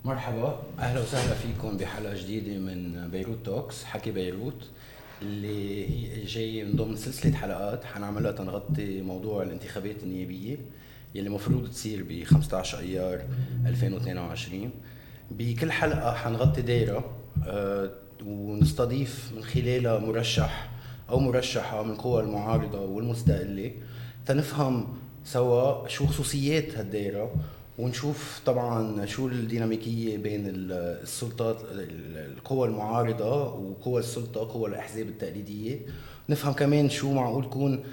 مرحبا، اهلا وسهلا فيكم بحلقه جديده من بيروت توكس، حكي بيروت، اللي هي جاي من ضمن سلسله حلقات حنعملها تنغطي موضوع الانتخابات النيابيه يلي مفروض تصير ب 15 ايار 2022. بكل حلقه حنغطي دايره ونستضيف من خلالها مرشح او مرشحه من القوى المعارضه والمستقله تنفهم سوا شو خصوصيات هالدايره، ونشوف طبعا شو الديناميكية بين السلطات، القوى المعارضة وقوى السلطة، قوى الأحزاب التقليدية. نفهم كمان شو معقول تكون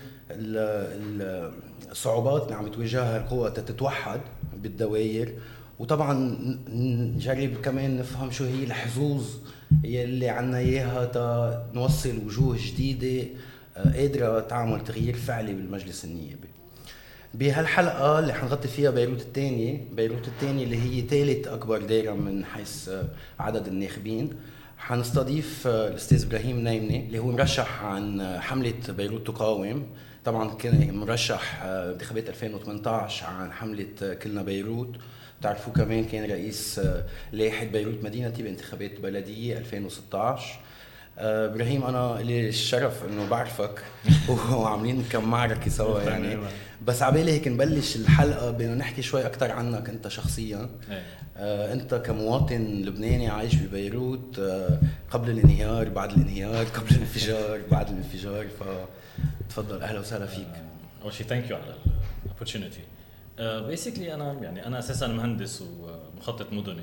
الصعوبات اللي عم تواجهها القوى تتوحد بالدوائر. وطبعا نجرب كمان نفهم شو هي الحظوظ يلي عنا اياها تا نوصل وجوه جديدة قادرة تعمل تغيير فعلي بالمجلس النيابي. بهالحلقة اللي حنغطي فيها بيروت الثانية اللي هي ثالث أكبر دائرة من حيث عدد الناخبين، حنستضيف الأستاذ إبراهيم نايمني اللي هو مرشح عن حملة بيروت تقاوم. طبعا كان مرشح انتخابات 2018 عن حملة كلنا بيروت. تعرفوا كمان كان رئيس لائحة بيروت مدينتي بانتخابات بلدية 2016. ابراهيم، انا لي الشرف انه بعرفك وعاملين كم معركه سوا يعني. بس عبالي هيك نبلش الحلقه بدنا نحكي شوي اكثر عنك انت شخصيا. انت كمواطن لبناني عايش ببيروت، قبل الانهيار، بعد الانهيار، قبل الانفجار، بعد الانفجار، فتفضل اهلا وسهلا فيك. اول شيء ثانك يو على الاوبورتونيتي. بيسكلي انا اساسا مهندس ومخطط مدني.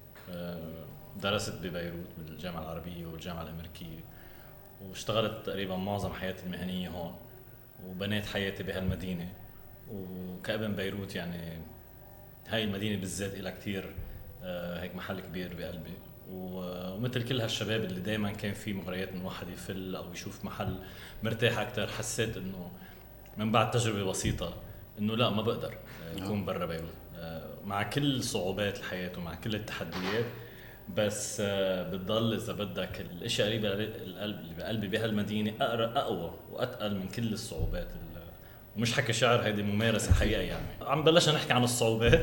درست ببيروت بالجامعه العربيه والجامعه الامريكيه، واشتغلت تقريبا معظم حياتي المهنيه هون، وبنيت حياتي بهالمدينه. وكابن بيروت يعني هاي المدينه بالذات لها كتير هيك محل كبير بقلبي. ومثل كل هالشباب اللي دائما كان في مغريات من واحد يفل او يشوف محل مرتاح اكثر، حسيت انه من بعد تجربه بسيطه انه لا، ما بقدر يكون برا بيروت مع كل صعوبات الحياه ومع كل التحديات. بس بتضل اذا بدك الاشياء قريبه للقلب اللي بقلبي بهالمدينه اقوى واتقل من كل الصعوبات. ومش حكي شعر، هيدي ممارسه حقيقه يعني. عم بلشنا نحكي عن الصعوبات.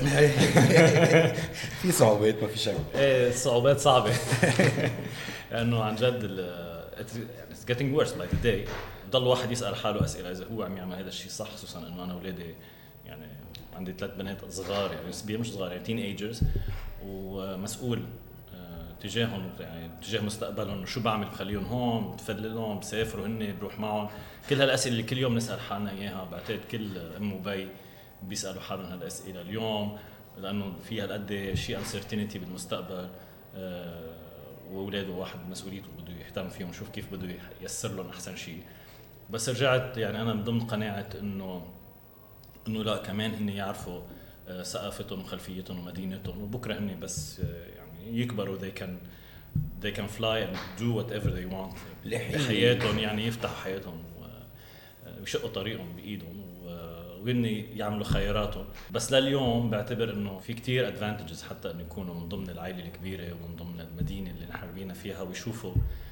في صعوبات، ما في شك. ايه الصعوبات صعبه. لانه عن جد it's getting worse by the day. ضل واحد يسال حاله اسئله اذا هو عم يعمل هذا الشيء صح، خصوصا انه انا اولادي يعني عندي 3 بنات صغار، يعني نسبيا مش صغار، يعني تين ايجرز، ومسؤول تجاههم، يعني تجاه مستقبلهم. شو بعمل؟ بخليهم هون، بفللهم، بسافروا هن، بروح معهم. كل هالاسئله اللي كل يوم نسال حالنا اياها، بعتقد كل ام وبي بيسالوا حالهم هالاسئله اليوم، لانه في هالقد شيء انسرتينتي بالمستقبل. واولاده واحد مسؤوليته بده يهتم فيهم، شوف كيف بده ييسر لهم احسن شيء. بس رجعت يعني انا من ضمن قناعه انه لا، كمان هن يعرفوا ثقافتهم وخلفيتهم ومدينتهم، وبكره هن بس يعني يكبروا they can fly and do whatever they want بحياتهم، يعني يفتحوا حياتهم ويشقوا طريقهم بايدهم وهن يعملوا خياراتهم. بس لليوم بعتبر انه في كتير advantages حتى انه يكونوا من ضمن العائله الكبيره ومن ضمن المدينه اللي نحن بينا فيها، ويشوفوا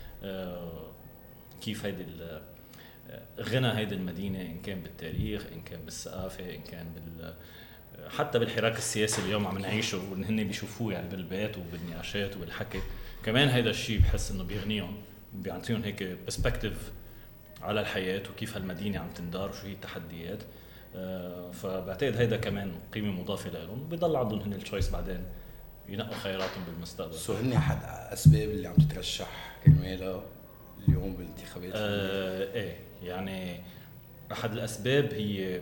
كيف هيدي غنى هيدي المدينه، ان كان بالتاريخ، ان كان بالثقافه، ان كان حتى بالحراك السياسي اليوم عم نعيشه، وان هن بيشوفوه يعني بالبيت وبالنقاشات وبالحكي. كمان هيدا الشيء بحس انه بيغنيهم، بيعطيهم هيك برسبكتيف على الحياه وكيف هالمدينه عم تندار وشو هي التحديات. فبعتقد هيدا كمان قيمه مضافه لهم، بيضل عندهم هن التشويس بعدين ينقوا خياراتهم بالمستقبل. سو هن احد اسباب اللي عم تترشح كرمالها اليوم بالانتخابات؟ ايه يعني احد الاسباب هي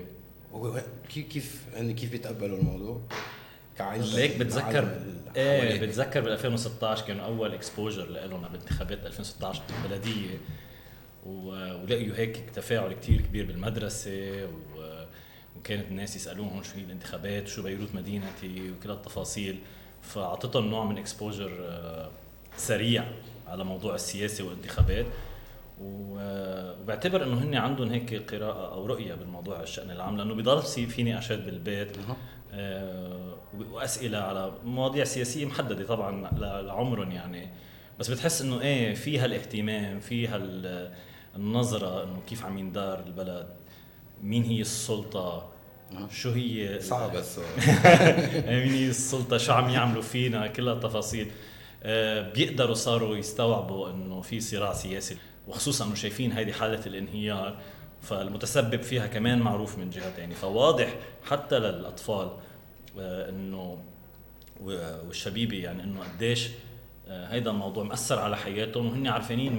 كيف بيتقبلوا الموضوع كعائلة؟ ليك بتذكر بتذكر بال 2016 كانوا اول اكسبوجر لهم بانتخابات 2016 بالبلديه، ولقيوا هيك تفاعل كتير كبير بالمدرسه، وكانت الناس يسالوهم شو هي الانتخابات، شو بيروت مدينتي، وكل التفاصيل. فاعطتهم نوع من اكسبوجر سريع على موضوع السياسه والانتخابات. وبعتبر انه هن عندهم هيك قراءه او رؤيه بالموضوع الشأن العام، لانه بيضل في نقاشات بالبيت واسئله على مواضيع سياسيه محدده طبعا لعمرهم يعني. بس بتحس انه ايه في هالاهتمام، في النظره انه كيف عم يندار البلد، مين هي السلطه، شو هي صعب بس مين السلطة، شو عم يعملوا فينا، كل التفاصيل. بيقدروا صاروا يستوعبوا انه في صراع سياسي، وخصوصا انه شايفين هذه حالة الانهيار، فالمتسبب فيها كمان معروف من جهة تانية. فواضح حتى للأطفال انه والشبيبة يعني انه قديش هيدا الموضوع مأثر على حياتهم، وهن عارفين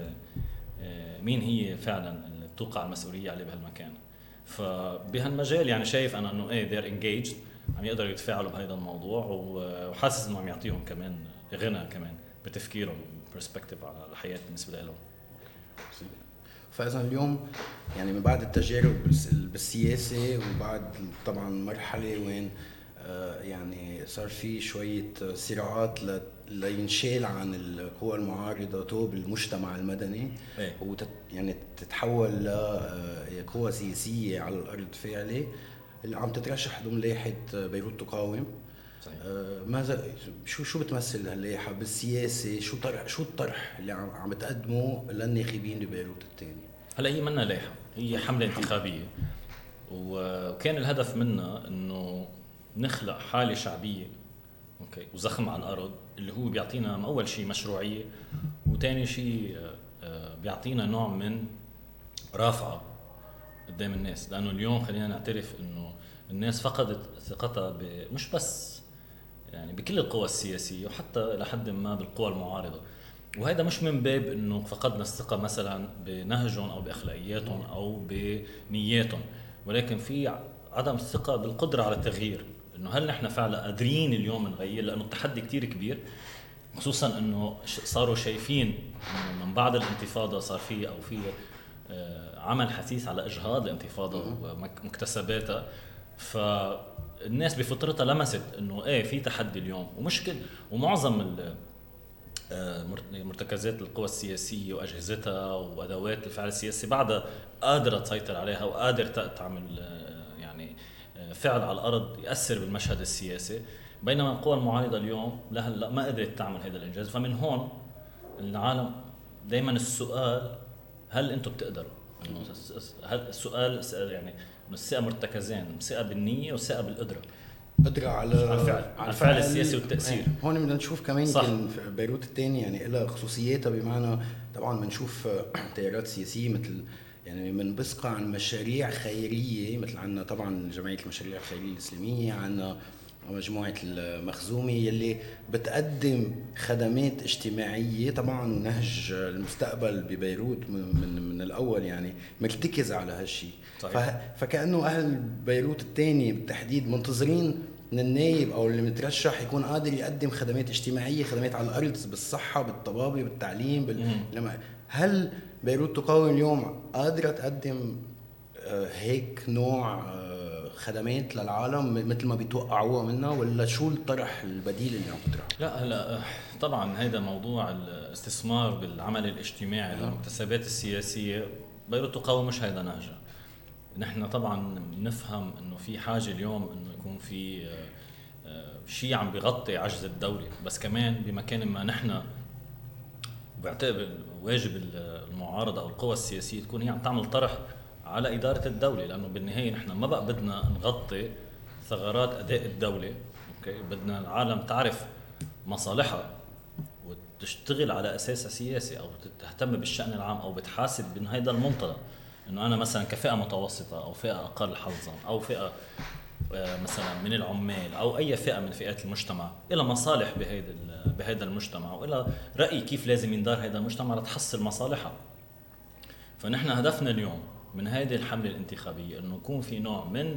مين هي فعلا اللي توقع المسؤولية عليه بهالمكان. فبهالمجال يعني شايف انا انه they're engaged، عم يقدروا يتفاعلوا بهذا الموضوع، وحاسس انه عم يعطيهم كمان غنى كمان بتفكيرهم برسبكتيف على الحياة بالنسبة لهم. فإذا اليوم يعني من بعد التجارب بالسياسة، وبعد طبعا مرحلة وين يعني صار في شوية صراعات لينشال عن القوى المعارضة توب المجتمع المدني، يعني تتحول لقوى سياسية على الأرض فعلية اللي عم تترشح ضمن لائحة بيروت تقاوم. ماذا شو بتمثل هاللائحة بالسياسة؟ شو الطرح اللي عم تقدمه للناخبين ببيروت الثاني؟ هلا هي منا لائحة، هي حملة انتخابية، وكان الهدف منها انه نخلق حالة شعبية اوكي وزخم على الارض، اللي هو بيعطينا اول شيء مشروعية، وثاني شيء بيعطينا نوع من رافعة قدام الناس. لانه اليوم خلينا نعترف انه الناس فقدت ثقتها مش بس يعني بكل القوى السياسية، وحتى لحد ما بالقوى المعارضة. وهذا مش من باب انه فقدنا الثقة مثلا بنهجهم او باخلاقياتهم او بنياتهم، ولكن في عدم الثقة بالقدرة على التغيير، انه هل نحن فعلا قادرين اليوم نغير؟ لانه التحدي كتير كبير، خصوصا انه صاروا شايفين إنه من بعد الانتفاضة صار في عمل حثيث على اجهاض الانتفاضة ومكتسباتها. فالناس بفطرتها لمست انه في تحدي اليوم ومشكل، ومعظم مرتكزات القوى السياسية وأجهزتها وأدوات الفعل السياسي بعدها قادرة تسيطر عليها وقادرة تعمل يعني فعل على الأرض يأثر بالمشهد السياسي، بينما القوى المعارضة اليوم لهلا ما قدرت تعمل هذا الإنجاز. فمن هون العالم دايما السؤال هل أنتم بتقدروا؟ هل السؤال يعني الثقة مرتكزين، ثقة بالنية وثقة بالقدرة، قدرة على الفعل السياسي والتأثير. هون بدنا نشوف كمان يمكن بيروت الثاني يعني لها خصوصياتها، بمعنى طبعا بنشوف تيارات سياسية مثل يعني بنبثق عن مشاريع خيرية، مثل عنا طبعا جمعية المشاريع الخيرية الإسلامية، عنا مجموعة المخزومة يلي بتقدم خدمات اجتماعية طبعا، ونهج المستقبل ببيروت من الأول يعني مرتكز على هالشي. فكأنه أهل بيروت الثاني بالتحديد منتظرين من النايب أو اللي مترشح يكون قادر يقدم خدمات اجتماعية، خدمات على الأرض بالصحة بالطبابة بالتعليم هل بيروت تقاوم اليوم قادرة تقدم هيك نوع خدمات للعالم مثل ما بيتوقعوها منها، ولا شو الطرح البديل اللي عم تطرحه؟ لا هلا طبعا هذا موضوع الاستثمار بالعمل الاجتماعي للمكتسبات السياسية، بيروت تقاوم مش هذا نهجها. نحن طبعا نفهم انه في حاجة اليوم انه يكون في شيء عم بيغطي عجز الدولة، بس كمان بمكان ما نحن بعتبر واجب المعارضة او القوى السياسية تكون هي عم تعمل طرح على إدارة الدولة، لأنه بالنهاية نحن ما بقى بدنا نغطي ثغرات أداء الدولة، أوكي؟ بدنا العالم تعرف مصالحها وتشتغل على أساسها سياسي، أو تهتم بالشأن العام، أو بتحاسب من هذا المنطلق، إنه أنا مثلا كفئة متوسطة أو فئة أقل حظا أو فئة مثلا من العمال أو أي فئة من فئات المجتمع إلى مصالح بهذا المجتمع، وإلى رأي كيف لازم يندار هذا المجتمع لتحصل مصالحها. فنحن هدفنا اليوم من هذه الحملة الانتخابية انه يكون في نوع من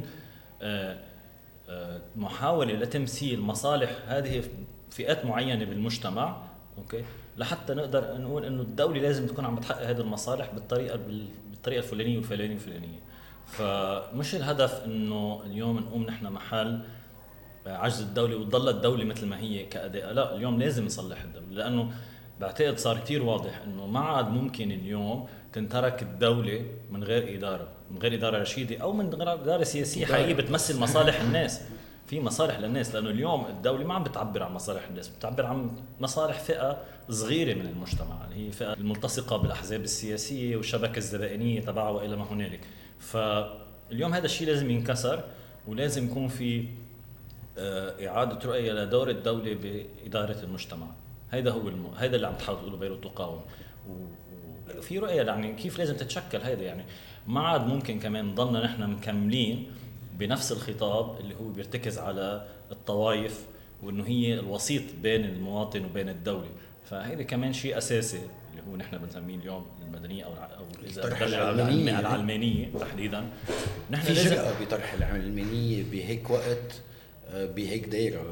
محاولة لتمثيل مصالح هذه فئات معينة بالمجتمع، اوكي، لحتى نقدر نقول انه الدولة لازم تكون عم تحقق هذه المصالح بالطريقة الفلانية والفلانية. فمش الهدف انه اليوم نقوم نحن محل عجز الدولة وتضل الدولة مثل ما هي كأداء، لا، اليوم لازم نصلح الدولة، لانه بعتقد صار كتير واضح انه ما عاد ممكن اليوم تنترك الدولة من غير إدارة رشيدة أو من غير إدارة سياسية حقيقية بتمثل مصالح الناس. في مصالح للناس، لأنه اليوم الدولة ما عم بتعبر عن مصالح الناس، بتعبر عن مصالح فئة صغيرة من المجتمع، اللي هي فئة الملتصقة بالأحزاب السياسية والشبكة الزبائنية تبعها وإلى ما هنالك. فاليوم هذا الشيء لازم ينكسر، ولازم يكون في إعادة رؤية لدور الدولة بإدارة المجتمع. هذا هو هذا اللي عم تحاول تقوله بيروت تقاوم. وفي رؤية يعني كيف لازم تتشكل هذا، يعني ما عاد ممكن كمان نضلنا نحن مكملين بنفس الخطاب اللي هو بيرتكز على الطوائف وإنه هي الوسيط بين المواطن وبين الدولة. فهذا كمان شيء أساسي اللي هو نحن بنسميه اليوم المدنية أو إذا العلمانية تحديدا. نحن في جرأة بطرح العلمانية بهيك وقت بهيك دايرة،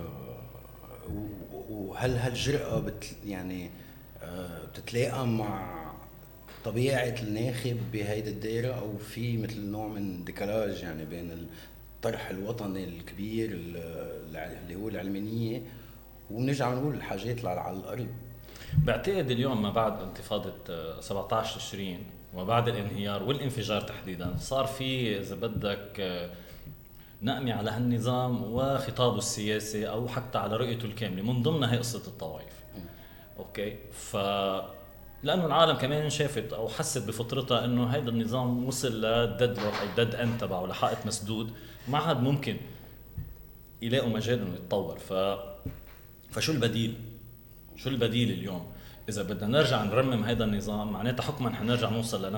وهل هالجرأة يعني بتتلاقى مع طبيعة الناخب بهيدا الدايرة، أو في مثل نوع من ديكالاج يعني بين الطرح الوطني الكبير اللي هو العلمانية ونرجع نقول الحاجات على الأرض؟ بعتقد اليوم ما بعد انتفاضة 17 تشرين وما بعد الانهيار والانفجار تحديدا صار في إذا بدك نأمي على هالنظام وخطابه السياسي أو حتى على رؤيته الكاملة، من ضمنها هي قصة الطوائف. أوكي، لأنه العالم كمان شافت أو حست بفطرتها إنه هذا النظام وصل لديد لوك أو ديد أند تبعه، لحائط مسدود، ما عاد ممكن يلاقوا مجال إنه يتطور. فشو البديل؟ شو البديل اليوم؟ إذا بدنا نرجع نرمم هذا النظام معناتها حكما حنرجع نوصل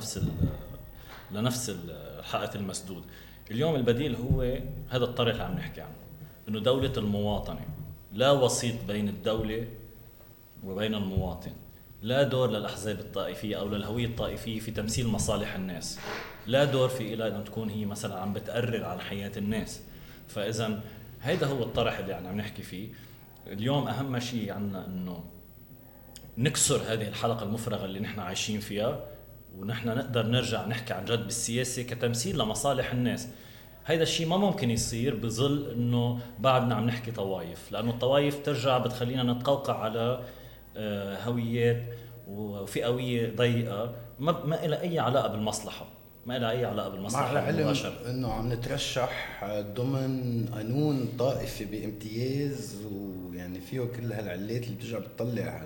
لنفس الحائط المسدود. اليوم البديل هو هذا الطريق اللي عم نحكي عنه، إنه دولة المواطنة، لا وسيط بين الدولة وبين المواطن، لا دور للأحزاب الطائفية أو للهوية الطائفية في تمثيل مصالح الناس، لا دور في إلى أن تكون هي مثلا عم بتقرر عن حياة الناس. فإذا هذا هو الطرح اللي عم نحكي فيه اليوم. أهم شيء عنا إنه نكسر هذه الحلقة المفرغة اللي نحن عايشين فيها، ونحن نقدر نرجع نحكي عن جد بالسياسة كتمثيل لمصالح الناس. هيدا الشيء ما ممكن يصير بظل إنه بعدنا عم نحكي طوائف، لأنه الطوائف ترجع بتخلينا نتقوقع على هويات وفئوية ضيقة ما إلى أي علاقة بالمصلحة، ما إلى أي علاقة بالمصلحة. مع العلم إنه عم نترشح ضمن قانون طائفي بامتياز، ويعني فيه كل هالعلات اللي بترجع بتطلع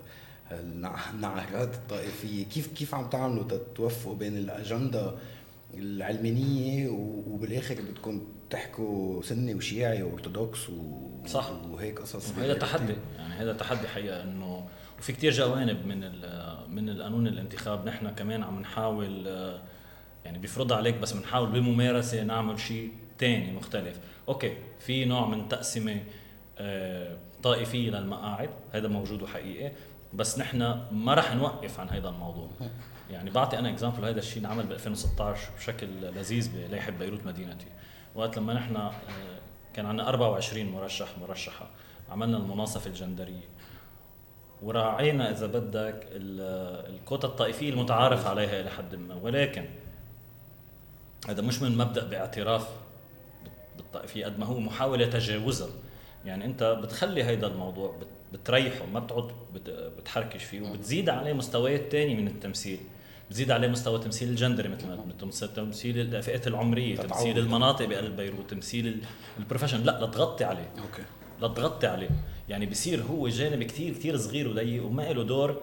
النعرات الطائفية. كيف عم تعملوا تتوفقوا بين الأجندة العلمانية وبالآخر بدكم تحكوا سني وشيعي وأرثوذكس صح، وهيك قصص؟ هذا تحدي، يعني هذا تحدي حقيقة. إنه وفي كتير جوانب من القانون الانتخاب نحن كمان عم نحاول يعني بيفرض عليك، بس بنحاول بممارسة نعمل شيء تاني مختلف. أوكي، في نوع من تقسيمة طائفية للمقاعد، هذا موجود وحقيقي، بس نحن ما رح نوقف عن هذا الموضوع. يعني بعطي أنا إكزامبل، هذا الشيء انعمل ب 2016 بشكل لذيذ بلائحة بيروت مدينتي. وقت لما نحن كان عندنا 24 مرشحة، عملنا المناصفة الجندرية وراعينا إذا بدك الكوتا الطائفية المتعارف عليها إلى حد ما، ولكن هذا مش من مبدأ باعتراف بالطائفية قد ما هو محاولة تجاوزها. يعني أنت بتخلي هيدا الموضوع بتريحه، ما بتقعد بتحركش فيه، وبتزيد عليه مستويات تاني من التمثيل. بتزيد عليه مستوى تمثيل الجندري مثل ما تمثيل الفئات العمرية، تمثيل المناطق بقلب بيروت، تمثيل البروفيشن. لا تغطي عليه، لا تغطي عليه. يعني بيصير هو جانب كتير كتير صغير وضيق وما له دور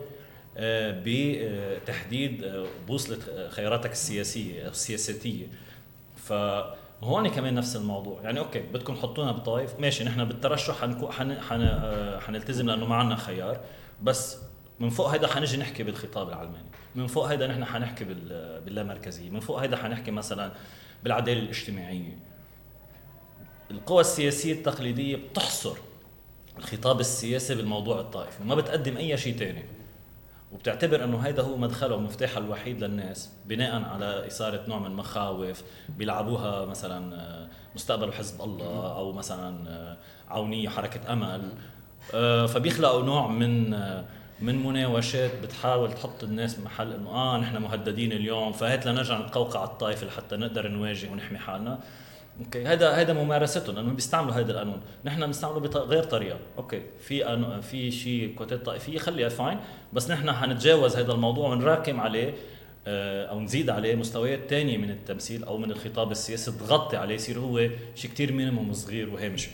بتحديد بوصلة خياراتك السياسية أو السياساتية. فهون كمان نفس الموضوع. يعني أوكي بدكم حطونا بطائف، ماشي، نحن بالترشح حنلتزم لأنه ما عنا خيار، بس من فوق هيدا حنجي نحكي بالخطاب العلماني، من فوق هيدا نحن حنحكي باللامركزية، من فوق هيدا حنحكي مثلا بالعدالة الاجتماعية. القوى السياسية التقليدية بتحصر الخطاب السياسي بالموضوع الطائفي وما بتقدم أي شيء تاني، وبتعتبر أنه هيدا هو مدخله ومفتاحه الوحيد للناس بناء على إثارة نوع من مخاوف بيلعبوها، مثلا مستقبل حزب الله أو مثلا عونية حركة أمل. فبيخلقوا نوع من مناوشات بتحاول تحط الناس بمحل انه نحن مهددين اليوم، فهات لنرجع نتقوقع على الطائفة لحتى نقدر نواجه ونحمي حالنا. اوكي، هذا ممارستهم، لانهم بيستعملوا هذا القانون، نحن بنستعمله بغير طريقه. اوكي، في شيء كوتات طائفيه خليها فاين، بس نحن حنتجاوز هذا الموضوع ونراكم عليه او نزيد عليه مستويات تانية من التمثيل او من الخطاب السياسي تغطي عليه، يصير هو شيء كتير مينيموم صغير وهامشي.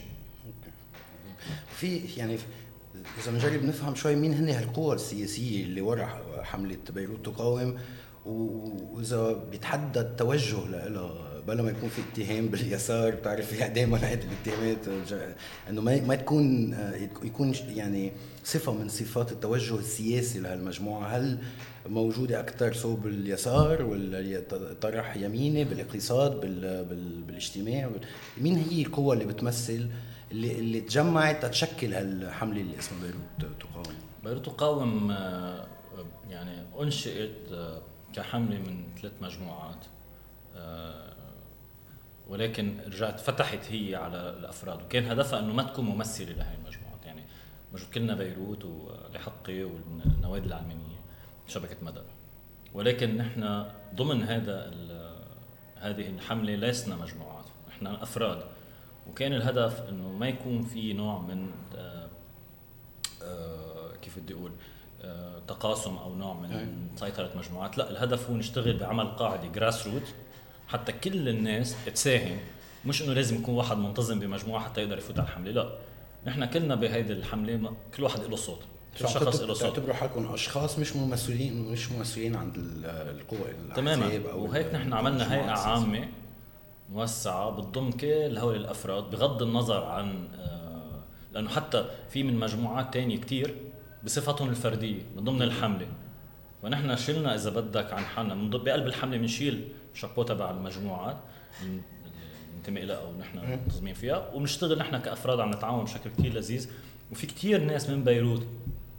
في يعني إذا بنجرب نفهم شوي مين هن هالقوى السياسية اللي وراء حملة بيروت تقاوم، وإذا بيتحدد توجه لها بلا ما يكون في اتهام باليسار، بتعرف يعني دائما هذه الاتهامات انه ما تكون يكون يعني صفه من صفات التوجه السياسي لهالمجموعه. هل موجوده اكثر صوب اليسار ولا طرح يميني بالاقتصاد بالاجتماع؟ مين هي القوة اللي بتمثل اللي تجمعت تشكل هالحملة اللي اسمها بيروت تقاوم؟ بيروت تقاوم يعني انشئت كحملة من 3 مجموعات، ولكن رجعت فتحت هي على الافراد، وكان هدفها انه ما تكون ممثله لهي المجموعات. يعني موجود كلنا بيروت ولحقي والنوادي العلمانيه شبكه مدى، ولكن نحن ضمن هذه الحمله لسنا مجموعات، نحن افراد. وكان الهدف انه ما يكون في نوع من كيف بدي اقول تقاسم او نوع من سيطره مجموعات. لا، الهدف هو نشتغل بعمل قاعده جراس روت حتى كل الناس تساهم، مش انه لازم يكون واحد منتظم بمجموعه حتى يقدر يفوت على الحمله. لا، نحن كلنا بهيدي الحمله كل واحد له صوت، كل شخص له صوت. تعتبروا حالكم اشخاص مش ممثلين عند القوى تماما. وهيك نحن عملنا هيئه عامه موسعه بتضم كل هول الافراد بغض النظر عن لانه حتى في من مجموعات تانية كتير بصفتهم الفرديه من ضمن الحمله، ونحن شلنا اذا بدك عن حالنا من بقلب الحمله بنشيل شابو تبع المجموعات ننتمي لها او نحن منتظمين فيها، وبنشتغل نحن كافراد عم نتعاون بشكل كتير لذيذ. وفي كتير ناس من بيروت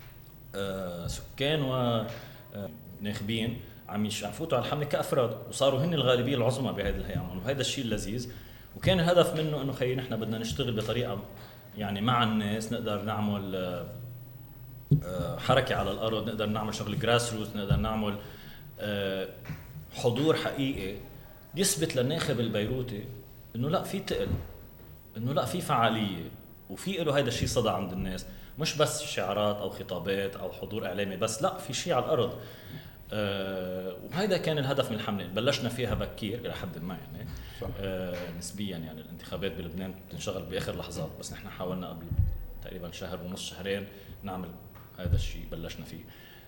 سكان وناخبين عم يفوتوا على الحمله كافراد، وصاروا هن الغالبيه العظمى بهذه الهيئه، وهذا الشيء اللذيذ. وكان الهدف منه انه خيي نحن بدنا نشتغل بطريقه يعني مع الناس، نقدر نعمل حركه على الارض، نقدر نعمل شغل جراس روت، نقدر نعمل حضور حقيقي يثبت للناخب البيروتي انه لا في تقل، انه لا في فعاليه، وفي له هذا الشيء صدى عند الناس، مش بس شعارات او خطابات او حضور اعلامي بس، لا في شيء على الارض. وهذا كان الهدف من الحمله. بلشنا فيها بكير الى حد ما يعني نسبيا، يعني الانتخابات بلبنان بتنشغل باخر لحظات، بس نحن حاولنا قبل تقريبا شهر ونص شهرين نعمل هذا الشيء، بلشنا فيه.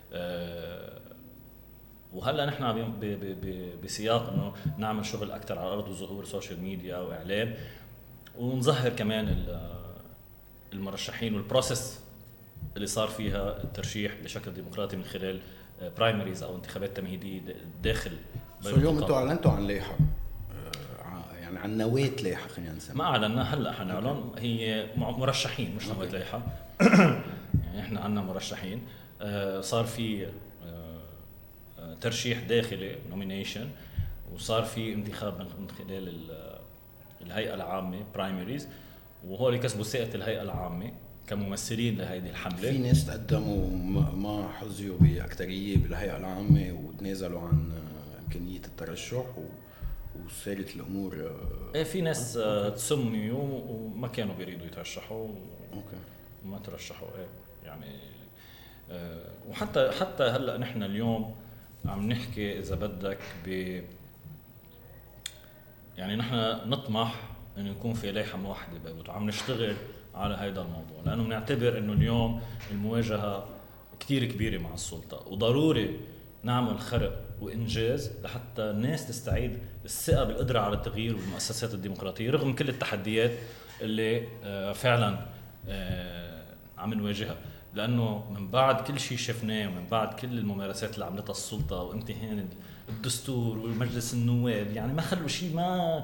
وهلا نحن بسياق انه نعمل شغل اكثر على الارض وظهور سوشيال ميديا واعلام، ونظهر كمان المرشحين والبروسيس اللي صار فيها الترشيح بشكل ديمقراطي من خلال برايمريز او انتخابات تمهيديه داخل بيروت. اليوم انتم اعلنتوا عن لائحه، يعني عن نواة لائحه خلينا نسميها. ما اعلنا، هلا حنعلن. هي مرشحين مش نواة لائحه. يعني احنا عندنا مرشحين، صار في ترشيح داخلي نومينيشن، وصار في انتخاب من خلال الهيئه العامه برايمريز، وهول كسبوا ثقه الهيئه العامه كممثلين لهذه الحمله. في ناس تقدموا ما حظيوا باكثريه بالهيئه العامه وتنازلوا عن امكانيه الترشح وصارت الامور ايه في ناس تسميوا وما كانوا بيريدوا يترشحوا وما ترشحوا. ايه يعني وحتى هلا نحن اليوم عم نحكي اذا بدك يعني نحن نطمح انه يكون في لائحه موحده ببيروت، وعم نشتغل على هذا الموضوع، لانه بنعتبر انه اليوم المواجهه كتير كبيره مع السلطه، وضروري نعمل خرق وانجاز لحتى الناس تستعيد الثقه بالقدره على التغيير والمؤسسات الديمقراطيه رغم كل التحديات اللي فعلا عم نواجهها. لانه من بعد كل شيء شفناه، ومن بعد كل الممارسات اللي عملتها السلطه وامتهان الدستور والمجلس النواب، يعني ما خلوا شيء ما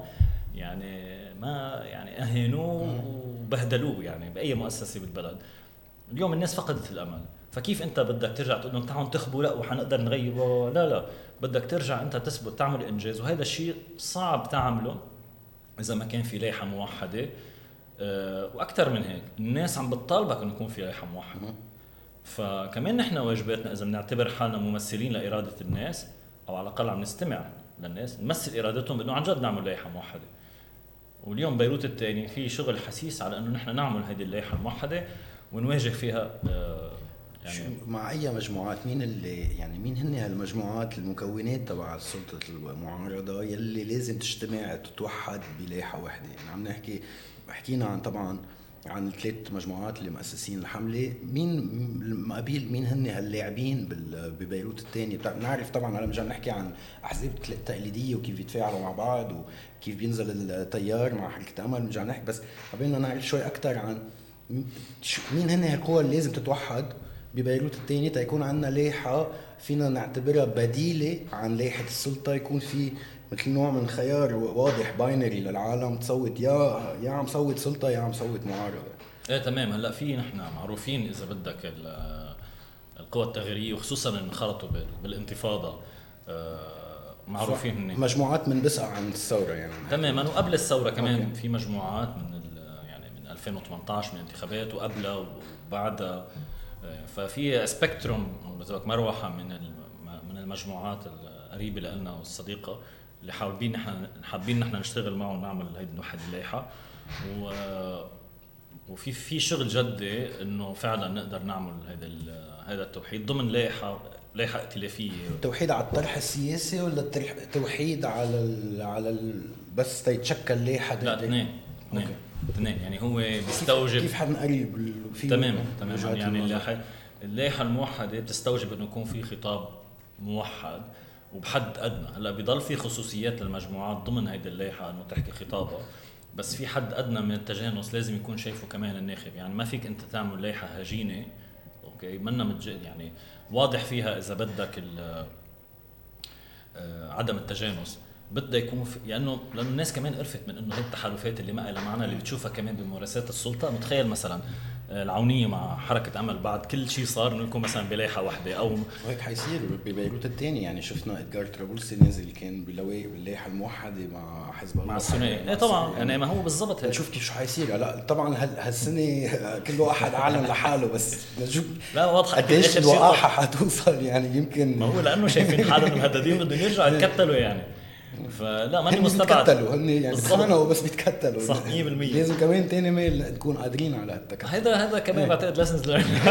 اهانوه وبهدلوه يعني باي مؤسسه بالبلد. اليوم الناس فقدت الامل، فكيف انت بدك ترجع تقول لهم تعالوا انتخبوا لا وحنقدر نغيره؟ لا، بدك ترجع انت تثبت تعمل انجاز، وهذا الشيء صعب تعمله اذا ما كان في لائحه موحده. واكثر من هيك الناس عم بتطالبك انه يكون في لائحه موحده. فكمان نحن واجباتنا اذا بنعتبر حالنا ممثلين لاراده الناس، او على الاقل عم نستمع للناس نمثل ارادتهم، انه عن جد نعمل لائحه موحده. واليوم بيروت الثاني في شغل حسيس على انه نحن نعمل هذه اللائحه الموحده ونواجه فيها يعني مع اي مجموعات. مين هن هالمجموعات المكونات تبع سلطه المعارضه يلي لازم تجتمع تتوحد بلائحه واحده؟ يعني عم نحكي، حكينا عن طبعا عن الثلاث مجموعات اللي مؤسسين الحملة، مين مقابل مين هن هاللاعبين ببيروت الثانية؟ بنعرف طبعا على مجال نحكي عن أحزاب تقليدية وكيف يتفاعلوا مع بعض وكيف بينزل التيار مع حركة أمل، مجال نحكي بس قبلنا نعرف شوي أكتر عن مين هن هالقوى اللي لازم تتوحد ببيروت الثانية تيكون عندنا لايحة فينا نعتبرها بديلة عن لايحة السلطة، يكون في مثل نوع من خيار واضح باينري للعالم تصوت يا عم صوت سلطة يا عم صوت معارضة. ايه تمام. هلا في نحن معروفين اذا بدك القوى التغييرية وخصوصا انخرطوا بالانتفاضة، معروفين مجموعات من بسقى عن الثورة يعني تماما، وقبل الثورة كمان في مجموعات من يعني من 2018 من الانتخابات وقبلها وبعدها، ففي سبيكتروم بدك مروحة من المجموعات القريبة لنا والصديقة اللي حابين نحن نشتغل معهم ونعمل هيدي نوحد اللائحة، وفي شغل جدي انه فعلا نقدر نعمل هذا التوحيد ضمن لائحة ائتلافية. التوحيد على الطرح السياسي ولا التوحيد على بس تيتشكل لائحة؟ لا اثنين يعني هو بيستوجب كيف حنقرب فيه؟ تماما يعني اللائحة الموحدة بتستوجب انه يكون في خطاب موحد وبحد ادنى. هلا بيضل في خصوصيات للمجموعات ضمن هيدي اللائحة انه تحكي خطابها، بس في حد ادنى من التجانس لازم يكون شايفه كمان الناخب. يعني ما فيك انت تعمل لائحة هجينة اوكي منا يعني واضح فيها اذا بدك عدم التجانس، بدها يكون لانه الناس كمان قرفت من انه هي التحالفات اللي ما لها معنى اللي بتشوفها كمان بممارسات السلطه. متخيل مثلا العونيه مع حركه امل بعد كل شيء صار انه يكون مثلا بلايحه واحده او وهيك حيصير ببيروت الثاني. يعني شفنا ادغار طرابلسي نازل كان باللائحه الموحده مع حزب الله مع الثنائي. ايه طبعا يعني ما هو بالضبط هيك. نشوف كيف شو حيصير. لا طبعا هالسنه كل واحد اعلن لحاله، بس نشوف لا واضحه قديش الوقاحه حتوصل. يعني يمكن ما هو لانه شايفين حالهم مهددين بدهم يرجعوا يتكتلوا يعني. فلا ماني مستبعد بيتكتلوا هن يعني صانعوا بس بيتكتلوا صح 100%. لازم كمان تاني ميل نكون قادرين على التكتل. هذا كمان بعتقد ليسنز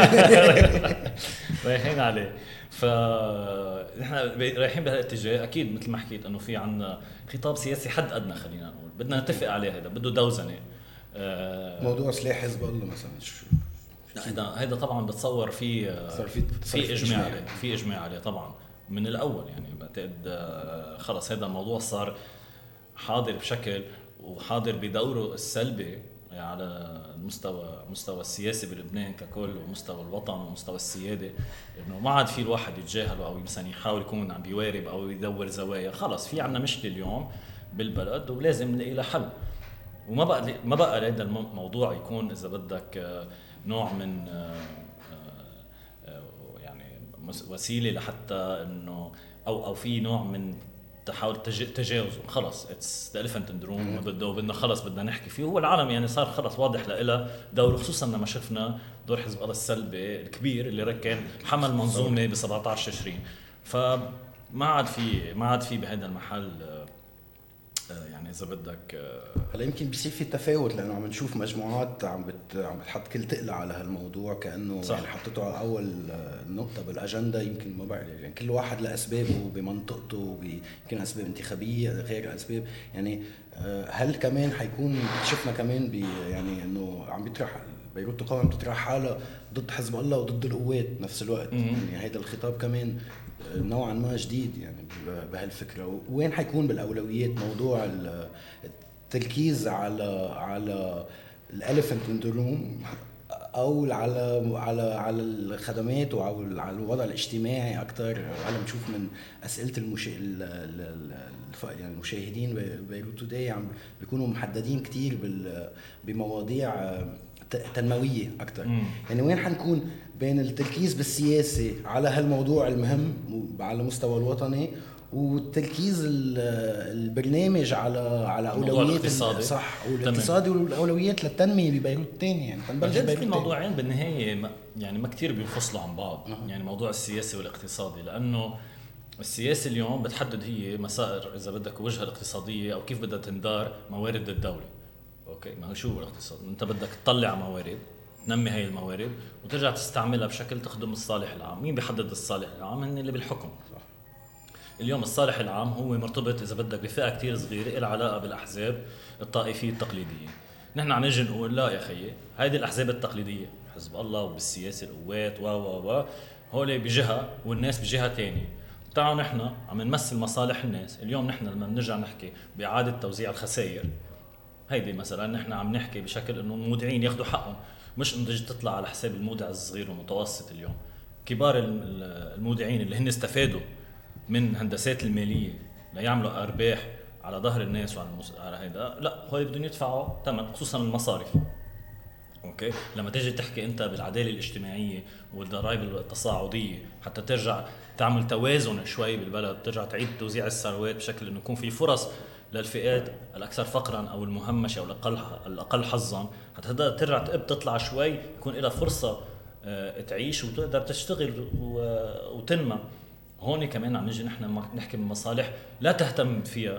رايحين عليه. فنحن رايحين بهالاتجاه. اكيد مثل ما حكيت انه في عنا خطاب سياسي حد ادنى خلينا نقول بدنا نتفق عليه. هذا بده دوزنه. موضوع سلاح حزب الله مثلا هذا طبعا بتصور في اجماع عليه طبعا من الاول. يعني بعتقد خلص هذا الموضوع صار حاضر بشكل وحاضر بدوره السلبي على المستوى السياسي بلبنان ككل ومستوى الوطن ومستوى السياده، انه ما عاد في الواحد يتجاهله او مثلا يحاول يكون عم بيوارب او يدور زوايا. خلص في عنا مشكله اليوم بالبلد ولازم نلاقي لها حل. وما بقى هذا الموضوع يكون اذا بدك نوع من وسيله لحتى انه او في نوع من تحاول تجاوزه. خلص اتس ذا elephant in the room. بدنا خلص بدنا نحكي فيه. هو العالم يعني صار خلص واضح له دوره، خصوصا لما شفنا دور حزب الله السلبي الكبير اللي ركن حمل منظومه ب 17 تشرين. فما عاد في بهذا المحل يعني اذا بدك هلا يمكن بيصير في تفاوت لانه عم نشوف مجموعات عم بتحط كل تقلة على هالموضوع كانه صح. يعني حطته على اول نقطه بالاجنده. يمكن ما بعرف يعني كل واحد له اسبابه بمنطقته، يمكن اسباب انتخابيه غير اسباب. يعني هل كمان حيكون شفنا كمان يعني انه عم بيطرح بيروت تقاوم تطرح حالها ضد حزب الله وضد القوات نفس الوقت. يعني هذا الخطاب كمان نوعا ما جديد يعني بهالفكره. وين حيكون بالاولويات موضوع التركيز على الاليفنت ان ذا روم او على الخدمات وعلى الوضع الاجتماعي اكثر؟ على نشوف من اسئله يعني المشاهدين ببيروت توداي عم بيكونوا محددين كتير بمواضيع تنمويه اكثر. يعني وين حنكون بين التركيز بالسياسه على هالموضوع المهم على مستوى الوطني والتركيز البرنامج على اولويات صح والاقتصادي والاولويات للتنميه ببيروت الثانيه. يعني تنبلش في موضوعين بالنهايه يعني ما كتير بينفصلوا عن بعض. يعني موضوع السياسي والاقتصادي، لانه السياسه اليوم بتحدد هي مسائر اذا بدك وجهه الاقتصاديه او كيف بدها تندار موارد الدوله. اوكي ما هو شو الاقتصاد؟ انت بدك تطلع موارد تنمي هاي الموارد وترجع تستعملها بشكل تخدم الصالح العام. مين بيحدد الصالح العام؟ هن اللي بالحكم. صح. اليوم الصالح العام هو مرتبط اذا بدك بفئه كتير صغيره لها علاقه بالاحزاب الطائفيه التقليديه. نحن عم نجي نقول لا يا خيي، هيدي الاحزاب التقليديه، حزب الله وبالسياسه القوات و هول بجهه والناس بجهه ثانيه. تعالوا نحن عم نمثل مصالح الناس. اليوم نحن لما بنرجع نحكي باعاده توزيع الخسائر، هيدي مثلا نحن عم نحكي بشكل انه المودعين ياخذوا حقهم، مش انه تجي تطلع على حساب المودع الصغير والمتوسط. اليوم كبار المودعين اللي هن استفادوا من هندسات الماليه ليعملوا ارباح على ظهر الناس وعلى على هيدا، لا هو بدهم يدفعوا ثمن، خصوصا المصارف. اوكي، لما تيجي تحكي انت بالعداله الاجتماعيه والضرائب التصاعديه حتى ترجع تعمل توازن شوي بالبلد، ترجع تعيد توزيع الثروات بشكل انه يكون في فرص للفئات الاكثر فقرا او المهمشه او الاقل حظا، حتى ترجع تطلع شوي، يكون لها فرصه تعيش وتقدر تشتغل وتنمى. هون كمان عم نجي نحن نحكي بمصالح لا تهتم فيها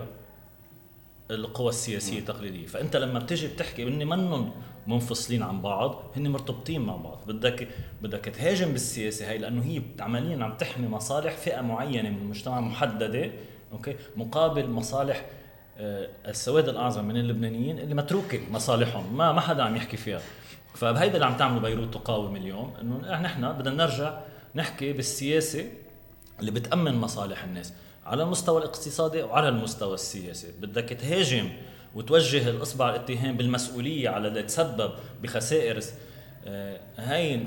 القوى السياسيه التقليديه. فانت لما بتيجي بتحكي اني منهم منفصلين عن بعض، هن مرتبطين مع بعض. بدك تهاجم بالسياسه هاي لانه هي عمليا عم تحمي مصالح فئه معينه من المجتمع محدده، اوكي، مقابل مصالح السواد الاعظم من اللبنانيين اللي متروكه مصالحهم، ما حدا عم يحكي فيها. فبهيدا اللي عم تعمله بيروت تقاوم اليوم، انه نحن بدنا نرجع نحكي بالسياسه اللي بتأمن مصالح الناس على المستوى الاقتصادي وعلى المستوى السياسي. بدك تهاجم وتوجه الإصبع الاتهام بالمسؤولية على اللي تسبب بخسائر هاي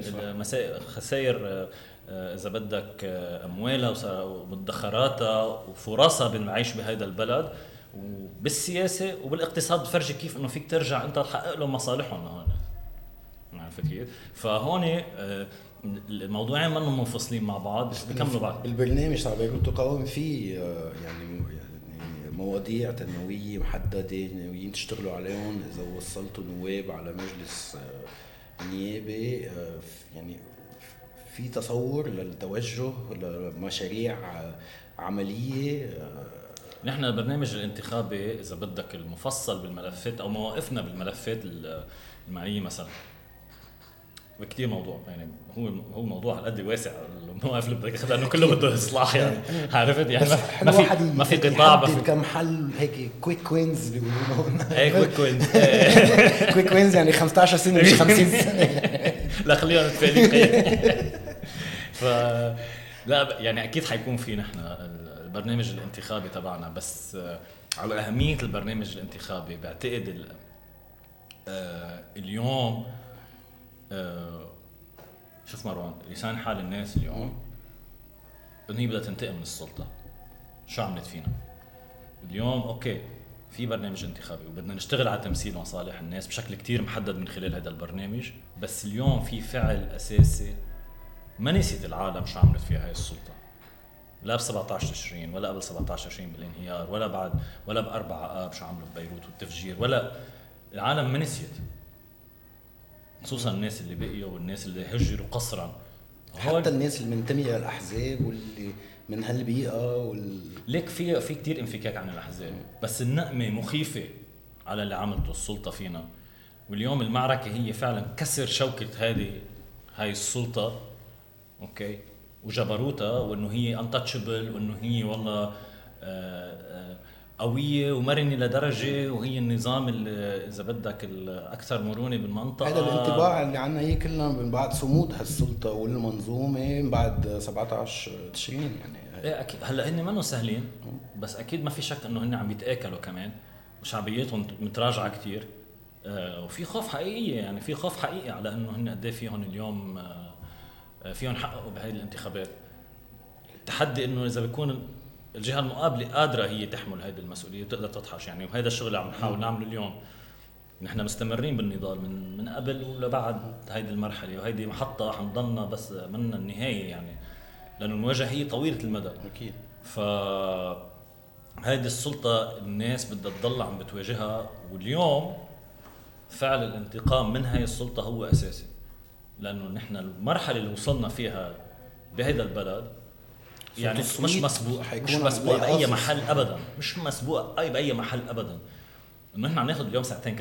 خسائر إذا بدك أموالها ومدخراتها وفرصها بالمعيش بهذا البلد، وبالسياسة وبالاقتصاد بتفرجي كيف إنه فيك ترجع أنت تحقق لهم مصالحهم هون. عرفت كيف؟ فهون الموضوعين منهم منفصلين مع بعض، بس بيكملوا بعض. البرنامج تبع بيروت تقاوم فيه يعني مواضيع تنمويه محدده ناويين تشتغلوا عليهم اذا وصلتوا نواب على مجلس النيابه، يعني في تصور للتوجه لمشاريع عمليه. نحن البرنامج الانتخابي اذا بدك المفصل بالملفات او مواقفنا بالملفات الماليه مثلا كتير موضوع، يعني هو موضوع هالقد واسع المواقف اللي بدك تاخذها، انه كله بده اصلاح يعني. عرفت يعني ما في قطاع كم حل هيك كويك وينز بيقولوا هيك كويك وينز كويك وينز يعني 15 سنه مش 50 سنه. لا خلينا نتفائل. ف لا يعني اكيد حيكون في نحن البرنامج الانتخابي تبعنا، بس على اهميه البرنامج الانتخابي بعتقد اليوم شوف مروان، لسان حال الناس اليوم انه هي بدها تنتقم من السلطه. شو عملت فينا اليوم؟ اوكي في برنامج انتخابي وبدنا نشتغل على تمثيل مصالح الناس بشكل كتير محدد من خلال هذا البرنامج، بس اليوم في فعل اساسي ما نسيت العالم شو عملت فيها هاي السلطه، لا ب 17 تشرين ولا قبل 17 تشرين بالانهيار ولا بعد ولا ب4 آب شو عملوا في بيروت والتفجير، ولا العالم ما نسيت، خصوصا الناس اللي بقيوا والناس اللي هجروا قسرا، حتى الناس اللي منتمية للأحزاب واللي من هالبيئة ليك في كتير انفكاك عن الأحزاب، بس النقمة مخيفة على اللي عملته السلطة فينا. واليوم المعركة هي فعلا كسر شوكة هاي السلطة، اوكي، وجبروتها، وانه هي untouchable، وانه هي والله قوية ومرنة لدرجة، وهي النظام اللي إذا بدك الأكثر مرونة بالمنطقة. هذا الانطباع اللي عنا هي كلنا من بعد صمود هالسلطة والمنظومة من بعد 17 تشرين يعني. إيه أكيد. هلا هن منو سهلين، بس أكيد ما في شك إنه هن عم يتآكلوا كمان، وشعبيتهم متراجعة كتير، وفي خوف حقيقية، يعني في خوف حقيقي على إنه هن قديه فيهم اليوم فيهم حققوا بهاي الانتخابات. التحدي إنه إذا بيكون الجهة المقابلة قادرة هي تحمل هذه المسؤولية وتقدر تطحش يعني، وهذا الشغل اللي عم نحاول نعمله اليوم. نحن مستمرين بالنضال من قبل ولبعد هذه المرحلة، وهذه محطة حنضلنا بس من النهاية يعني، لأنه المواجهة هي طويلة المدى أكيد. هذه السلطة الناس بدها تضل عم بتواجهها، واليوم فعل الانتقام من هاي السلطة هو أساسي، لأنه نحن المرحلة اللي وصلنا فيها بهذا البلد يعني مش مسبوق بأي محل أبدا، مش مسبوق بأي محل أبدا. إنه إحنا عم ناخد اليوم ساعتين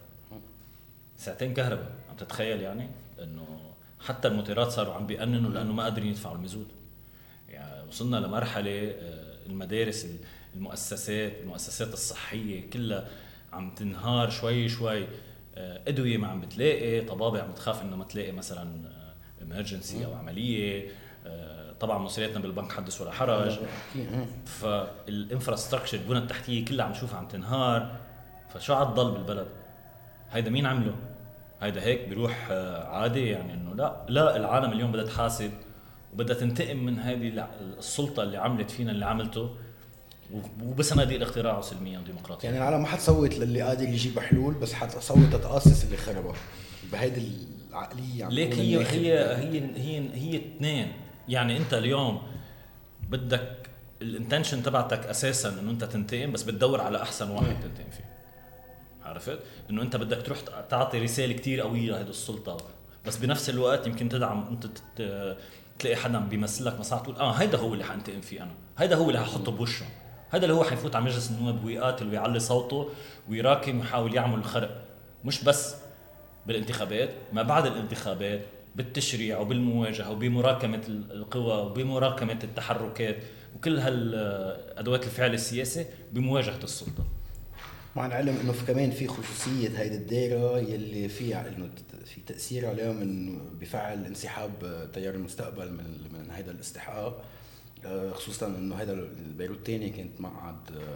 كهرباء، عم تتخيل يعني إنه حتى الموتيرات صاروا عم بيقننوا لأنه ما قادرين يدفعوا المزود. يعني وصلنا لمرحلة المدارس، المؤسسات الصحية كلها عم تنهار شوي. ادويه ما عم بتلاقي، طبابع عم بتخاف انه ما تلاقي مثلا امرجنسي او عمليه، طبعا مصرياتنا بالبنك حدث ولا حرج. فالانفراستراكشر البنى التحتيه كلها عم نشوفها عم تنهار. فشو عاد ضل بالبلد؟ هيدا مين عمله؟ هيدا هيك بيروح عادي يعني انه لا العالم اليوم بدها تحاسب وبدها تنتقم من هذه السلطه اللي عملت فينا اللي عملته، وبصناديق الاقتراع وسلميا وديمقراطيا. يعني العالم ما حتصوت للي قادر يجيب حلول، بس حتصوت تتأسس اللي خربها بهيدي العقليه. ليك هي اثنين. يعني انت اليوم بدك الانتنشن تبعتك اساسا انه انت تنتقم، بس بتدور على احسن واحد تنتقم فيه. عرفت انه انت بدك تروح تعطي رساله كتير قويه لهذه السلطه، بس بنفس الوقت يمكن تدعم انت تلاقي حدا بيمثلك مصلحه تقول هيدا هو اللي حانتقم فيه انا، هيدا هو اللي ححطه بوشه، هيدا اللي هو حيفوت على مجلس النواب ويقاتل ويعلي صوته ويراكم ويحاول يعمل الخرق، مش بس بالانتخابات، ما بعد الانتخابات بالتشريع وبالمواجهه وبمراكمه القوى وبمراكمه التحركات وكل هالادوات الفعل السياسي بمواجهه السلطه. مع العلم انه كمان في خصوصيه هيدي الدائره يلي في انه في تاثير عليها من بفعل انسحاب تيار المستقبل من هيدا الاستحقاق، خصوصا انه هيدا البيروت الثاني كانت مقعد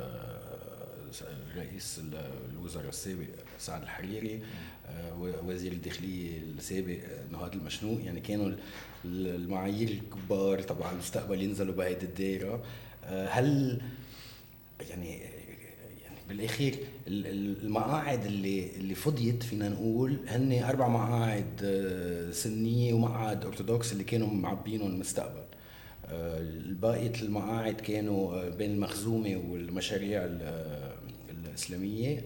رئيس الوزراء السابق سعد الحريري، وزير الداخليه السابق نهاد المشنوق. يعني كانوا المعايير الكبار تبع المستقبل ينزلوا بهيدي الدائره. هل يعني بالاخير المقاعد اللي فضيت فينا نقول هن 4 مقاعد سنيه ومقعد ارثوذكس اللي كانوا معبينهم المستقبل. الباقي المقاعد كانوا بين المخزومه والمشاريع الاسلاميه،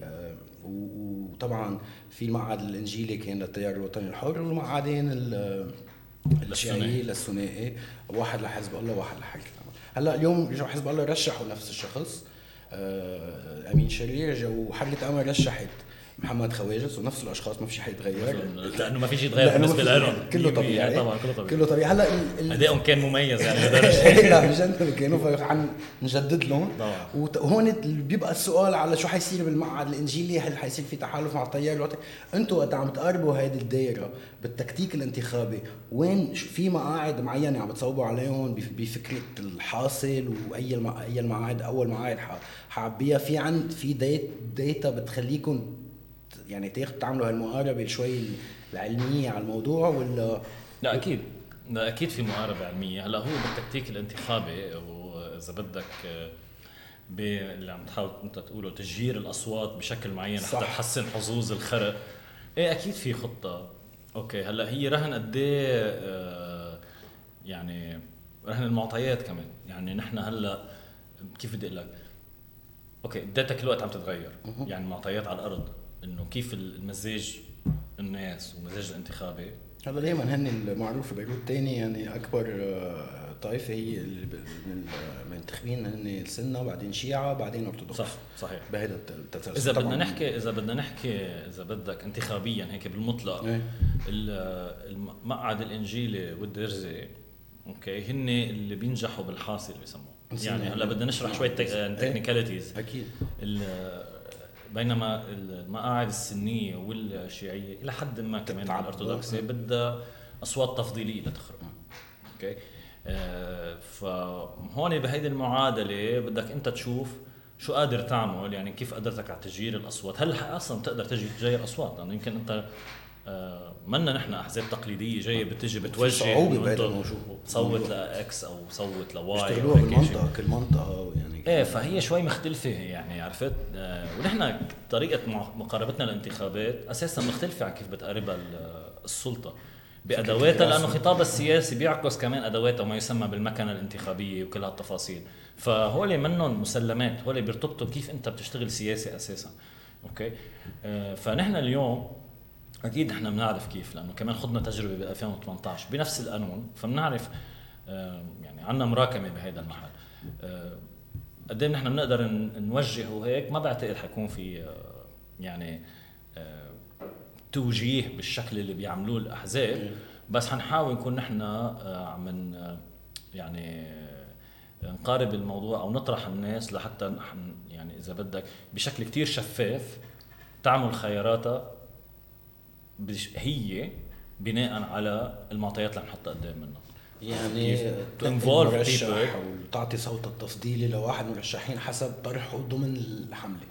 وطبعا في المقعد الانجيلي كان للتيار الوطني الحر، والمقعدين الشيعي للثنائي، واحد لحزب الله وواحد لحركه العمل. هلا اليوم رجعوا حزب الله رشحوا نفس الشخص امين شرير، وحركه امل رشحت محمد خواجز، ونفس الاشخاص ما في شيء حيتغير لانه ما في شيء يتغير بالنسبه لهم. كله طبيعي طبعا كله طبيعي. هلا ادائهم كان مميز يعني لدرجه لا بجد كانوا نجدد لهم. وهون بيبقى السؤال على شو حيصير بالمقعد الانجيلي. هل حيصير في تحالف مع التيار الوطني؟ انتم وقت عم تقربوا هذه الدائره بالتكتيك الانتخابي، وين في مقاعد معينه عم تصوبوا عليهم بفكره الحاصل، واي المقاعد اول مقاعد حابيه في داتا بتخليكم يعني تعملوا هالمقاربه شوي العلميه على الموضوع، ولا؟ لا اكيد في مقاربه علميه. هلا هو بالتكتيك الانتخابي، واذا بدك اللي عم تحاول انت تقوله تشجير الاصوات بشكل معين حتى تحسن حظوظ الخرق. ايه اكيد في خطه. اوكي هلا هي رهن قد ايه يعني رهن المعطيات كمان. يعني نحن هلا كيف بدي اقول لك، اوكي الداتا كل وقت عم تتغير. يعني المعطيات على الارض انه كيف المزاج الناس ومزاج الانتخابي. هذا دائما هن المعروف بيروت الثاني، يعني اكبر طائفه هي المنتخبين هن السنه، بعدين شيعه، بعدين ارثوذكس. صحيح. بهذا التسلسل. اذا بدك انتخابيا هيك بالمطلق المقعد الانجيلي والدرزي اوكي هن اللي بينجحوا بالحاصل بيسموه. يعني هلا بدنا نشرح شويه تكنيكاليتيز. اكيد. بينما المقاعد السنيه والشيعيه الى حد ما كمان الارثوذكسيه بدها اصوات تفضيليه لتخرج. اوكي فهون بهيدي المعادله بدك انت تشوف شو قادر تعمل. يعني كيف قدرتك على تشجير الاصوات؟ هل اصلا تقدر تجير اصوات؟ لانه يمكن انت منا نحن احزاب تقليديه جايه بتجي بتوجه انه تصوت لاكس او صوت لواي بيشتغلوها بالمنطقه كل منطقه يعني. ايه فهي شوي مختلفه يعني عرفت. ونحن طريقه مقاربتنا للانتخابات اساسا مختلفه عن كيف بتقاربها السلطه بادواتها، لانه خطابها السياسي بيعكس كمان ادواتها وما يسمى بالمكنه الانتخابيه وكل هالتفاصيل. فهول منهم مسلمات، هول بيرتبطوا كيف انت بتشتغل سياسي اساسا. اوكي فنحن اليوم اكيد نحن بنعرف كيف، لانه كمان خضنا تجربه ب 2018 بنفس القانون، فبنعرف يعني عندنا مراكمه بهذا المحل. قد ايه نحن بنقدر نوجه وهيك. ما بعتقد حيكون في يعني توجيه بالشكل اللي بيعملوه الاحزاب، بس حنحاول نكون نحن عم يعني نقارب الموضوع او نطرح الناس لحتى يعني اذا بدك بشكل كتير شفاف تعمل خياراتها هي بناء على المعطيات اللي نحطها قدام منها. يعني involve مرشح وتعطي صوت التفضيلي لواحد من المرشحين حسب طرحه ضمن الحملة،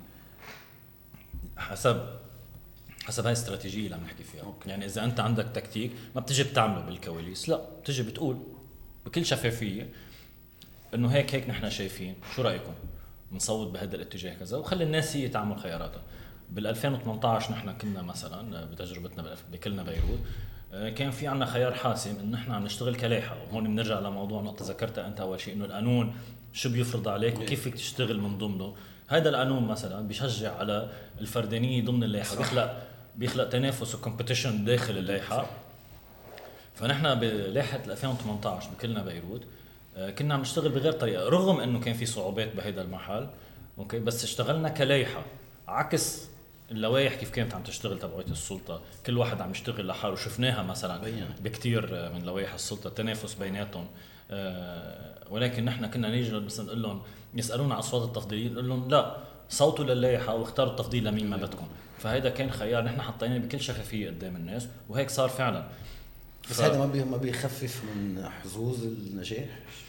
حسب هاي الاستراتيجية اللي عم نحكي فيها. يعني إذا أنت عندك تكتيك ما بتجي بتعمله بالكواليس، لا بتجي بتقول بكل شفافية إنه هيك نحن شايفين، شو رأيكم نصوت بهذا الاتجاه كذا، وخلي الناس هي تعمل خياراتها. بال2018 نحن كنا مثلا بتجربتنا بكلنا بيروت كان في عنا خيار حاسم إن نحن عم نشتغل كلايحة. وهون بنرجع لموضوع نقطة ذكرتها أنت أول شيء، إنه القانون شو بيفرض عليك وكيف فيك تشتغل من ضمنه. هذا القانون مثلا بيشجع على الفردانية ضمن اللائحة، بيخلق تنافس وكومبيتيشن داخل اللائحة. فنحن بلائحة 2018 بكلنا بيروت كنا عم نشتغل بغير طريقة، رغم انه كان في صعوبات بهذا المحل، اوكي، بس اشتغلنا كلايحة عكس اللوائح كيف كانت عم تشتغل تبعت السلطة. كل واحد عم يشتغل لحاله، شفناها مثلا بكتير من لوائح السلطة التنافس بيناتهم. ولكن نحن كنا نيجي بس نقول لهم، يسألونا عن أصوات التفضيليين نقول لهم لا، صوتوا للائحة واختاروا التفضيل لمين ما بدكم. فهيدا كان خيار نحن حطيناه بكل شفافية قدام الناس، وهيك صار فعلا. بس هذا ما بيخفف من حظوظ النجاح.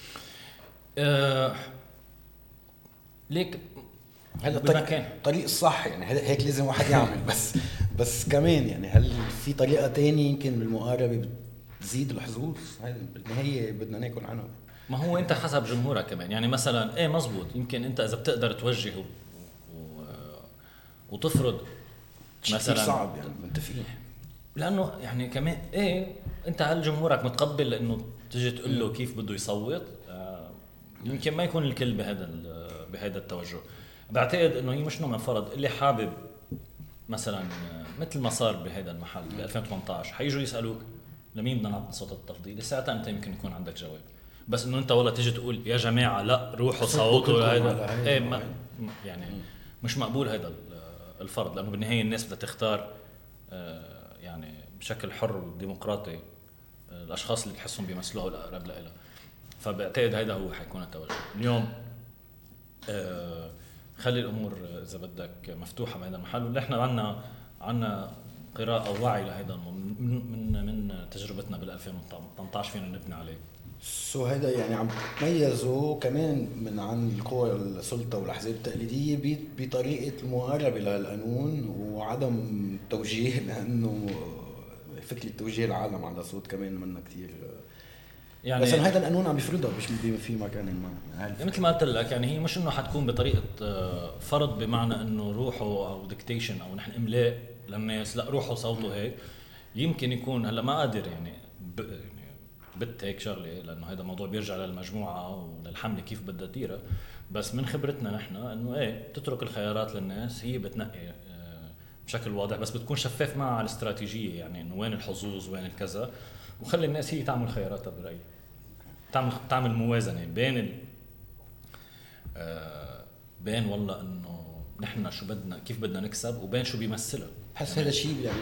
ليك هذا الطريق الصح، يعني هيك لازم واحد يعمل. بس كمان يعني هل في طريقة تانية يمكن بالمقاربة بتزيد الحظوظ؟ هاي بالنهاية بدنا ناكل عنها. ما هو انت حسب جمهورك كمان. يعني مثلا ايه مزبوط، يمكن انت اذا بتقدر توجه وتفرض مثلا صعب، يعني متفقين، لانه يعني كمان ايه انت هل جمهورك متقبل انه تجي تقول له كيف بده يصوت؟ يمكن ما يكون الكل بهذا التوجه. بعتقد انه هي مش نوع من فرض. اللي حابب مثلا مثل ما صار بهذا المحل ب 2018 حيجوا يسالوك لمين بدنا نعطي صوت التفضيل، ساعتها انت يمكن يكون عندك جواب. بس انه انت والله تيجي تقول يا جماعه لا روحوا صوتوا هذا، ايه يعني مش مقبول هذا الفرض، لانه بالنهايه الناس بدها تختار يعني بشكل حر وديمقراطي الاشخاص اللي بتحسهم بيمثلوها الاقرب لها. فبعتقد هذا هو حيكون التوجه اليوم. خلي الامور اذا بدك مفتوحه بهذا المحل، واللي احنا عنا قراءه ووعي لهذا من تجربتنا بال 2018 فينا نبني عليه. هذا يعني عم تميزوا كمان من عن القوى السلطه والاحزاب التقليديه بطريقه المقاربه للقانون وعدم توجيه، لانه فكره توجيه العالم على صوت كمان منا كتير يعني. بس هذا القانون عم بيفرضها مش في مكان ما، يعني مثل ما قلت لك، يعني هي مش انه حتكون بطريقه فرض بمعنى انه روحوا او ديكتيشن او نحن املاء للناس، لا روحوا صوتوا هيك. يمكن يكون هلا ما قادر يعني بت هيك شغله، لانه هذا الموضوع بيرجع للمجموعه وللحمله كيف بدها تديرها. بس من خبرتنا نحن انه ايه تترك الخيارات للناس، هي بتنقي بشكل واضح، بس بتكون شفاف مع الاستراتيجيه، يعني انه وين الحظوظ وين الكذا، وخلي الناس هي تعمل خياراتها برأيي. تعمل موازنه بين والله انه نحن شو بدنا كيف بدنا نكسب، وبين شو بيمثلها. بحس هذا الشيء يعني